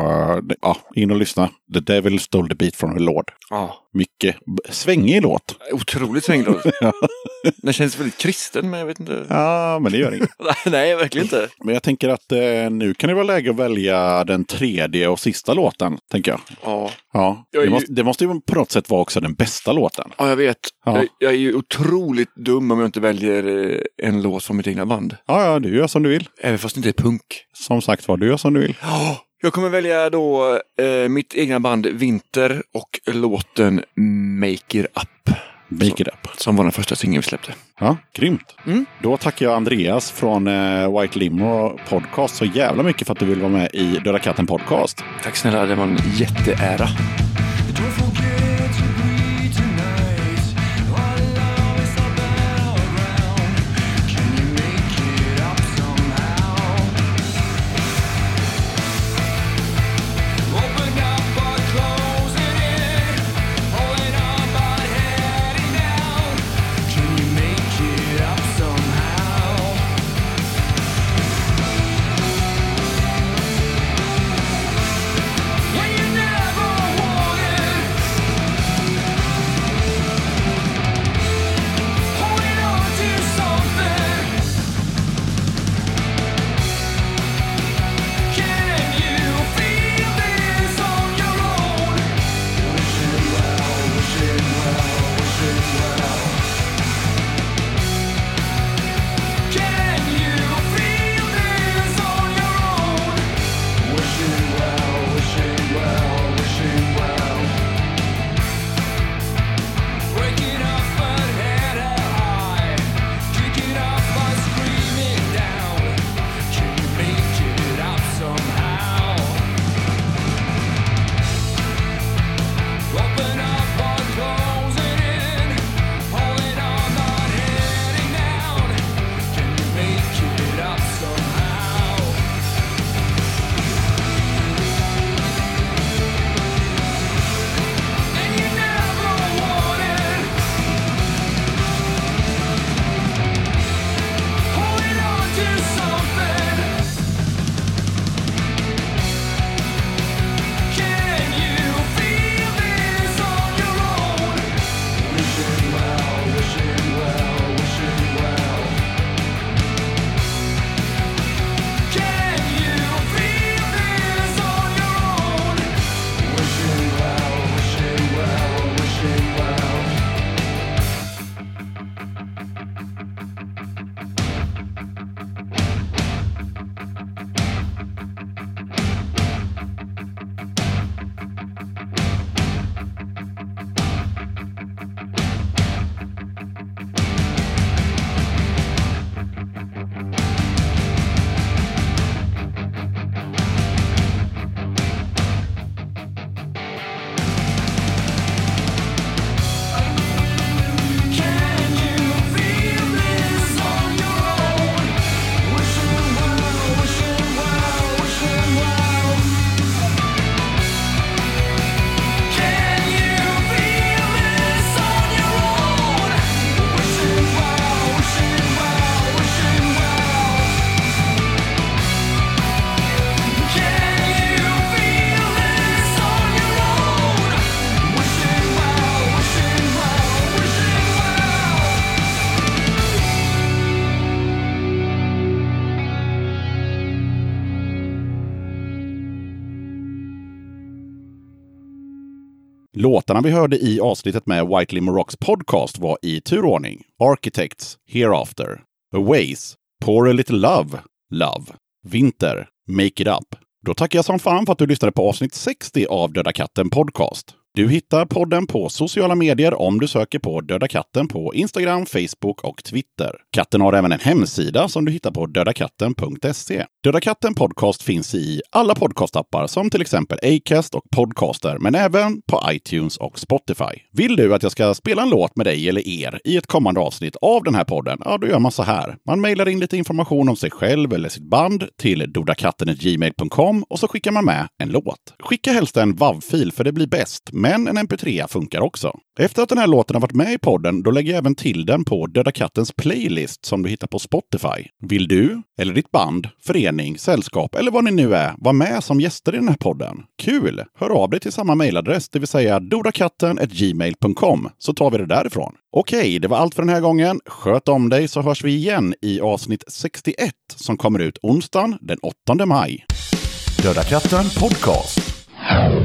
B: in och lyssna. The Devil Stole the Beat from the Lord.
A: Ja.
B: Mycket svängig låt.
A: Otroligt svängig låt. Den känns väldigt kristen, men jag vet inte.
B: Ja, men det gör inget.
A: Nej, verkligen inte.
B: Men jag tänker att nu kan det vara läge att välja den tredje och sista låten, tänker jag. Ja. Det måste ju på något sätt vara också den bästa låten.
A: Ja, jag vet.
B: Ja.
A: Jag är ju otroligt dum om jag inte väljer en låt från mitt egna band.
B: Ja, du gör som du vill.
A: Även fast det inte är punk.
B: Som sagt var, du gör som du vill.
A: Ja. Jag kommer välja då mitt egna band Winter och låten Make It Up.
B: Make It Up.
A: Som var den första singeln vi släppte.
B: Ja, grymt. Då tackar jag Andreas från White Limo Podcast så jävla mycket för att du vill vara med i Döda katten Podcast.
A: Tack snälla, det var en jätteära.
C: When you never want
B: Låtarna vi hörde i avsnittet med White Limo Rocks podcast var i turordning Architects, Hereafter, A Ways, Pour a Little Love, Love, Winter, Make It Up. Då tackar jag som fan för att du lyssnade på avsnitt 60 av Döda katten podcast. Du hittar podden på sociala medier om du söker på Döda katten på Instagram, Facebook och Twitter. Katten har även en hemsida som du hittar på dödakatten.se. Döda katten podcast finns i alla podcastappar som till exempel Acast och Podcaster, men även på iTunes och Spotify. Vill du att jag ska spela en låt med dig eller er i ett kommande avsnitt av den här podden? Ja, då gör man så här. Man mejlar in lite information om sig själv eller sitt band till dodakatten@gmail.com och så skickar man med en låt. Skicka helst en WAV-fil för det blir bäst. Men en MP3 funkar också. Efter att den här låten har varit med i podden, då lägger jag även till den på Döda kattens playlist som du hittar på Spotify. Vill du, eller ditt band, förening, sällskap eller vad ni nu är, vara med som gäster i den här podden? Kul! Hör av dig till samma mejladress, det vill säga dodakatten@gmail.com, så tar vi det därifrån. Okej, det var allt för den här gången. Sköt om dig så hörs vi igen i avsnitt 61 som kommer ut onsdagen den 8 maj. Döda katten podcast.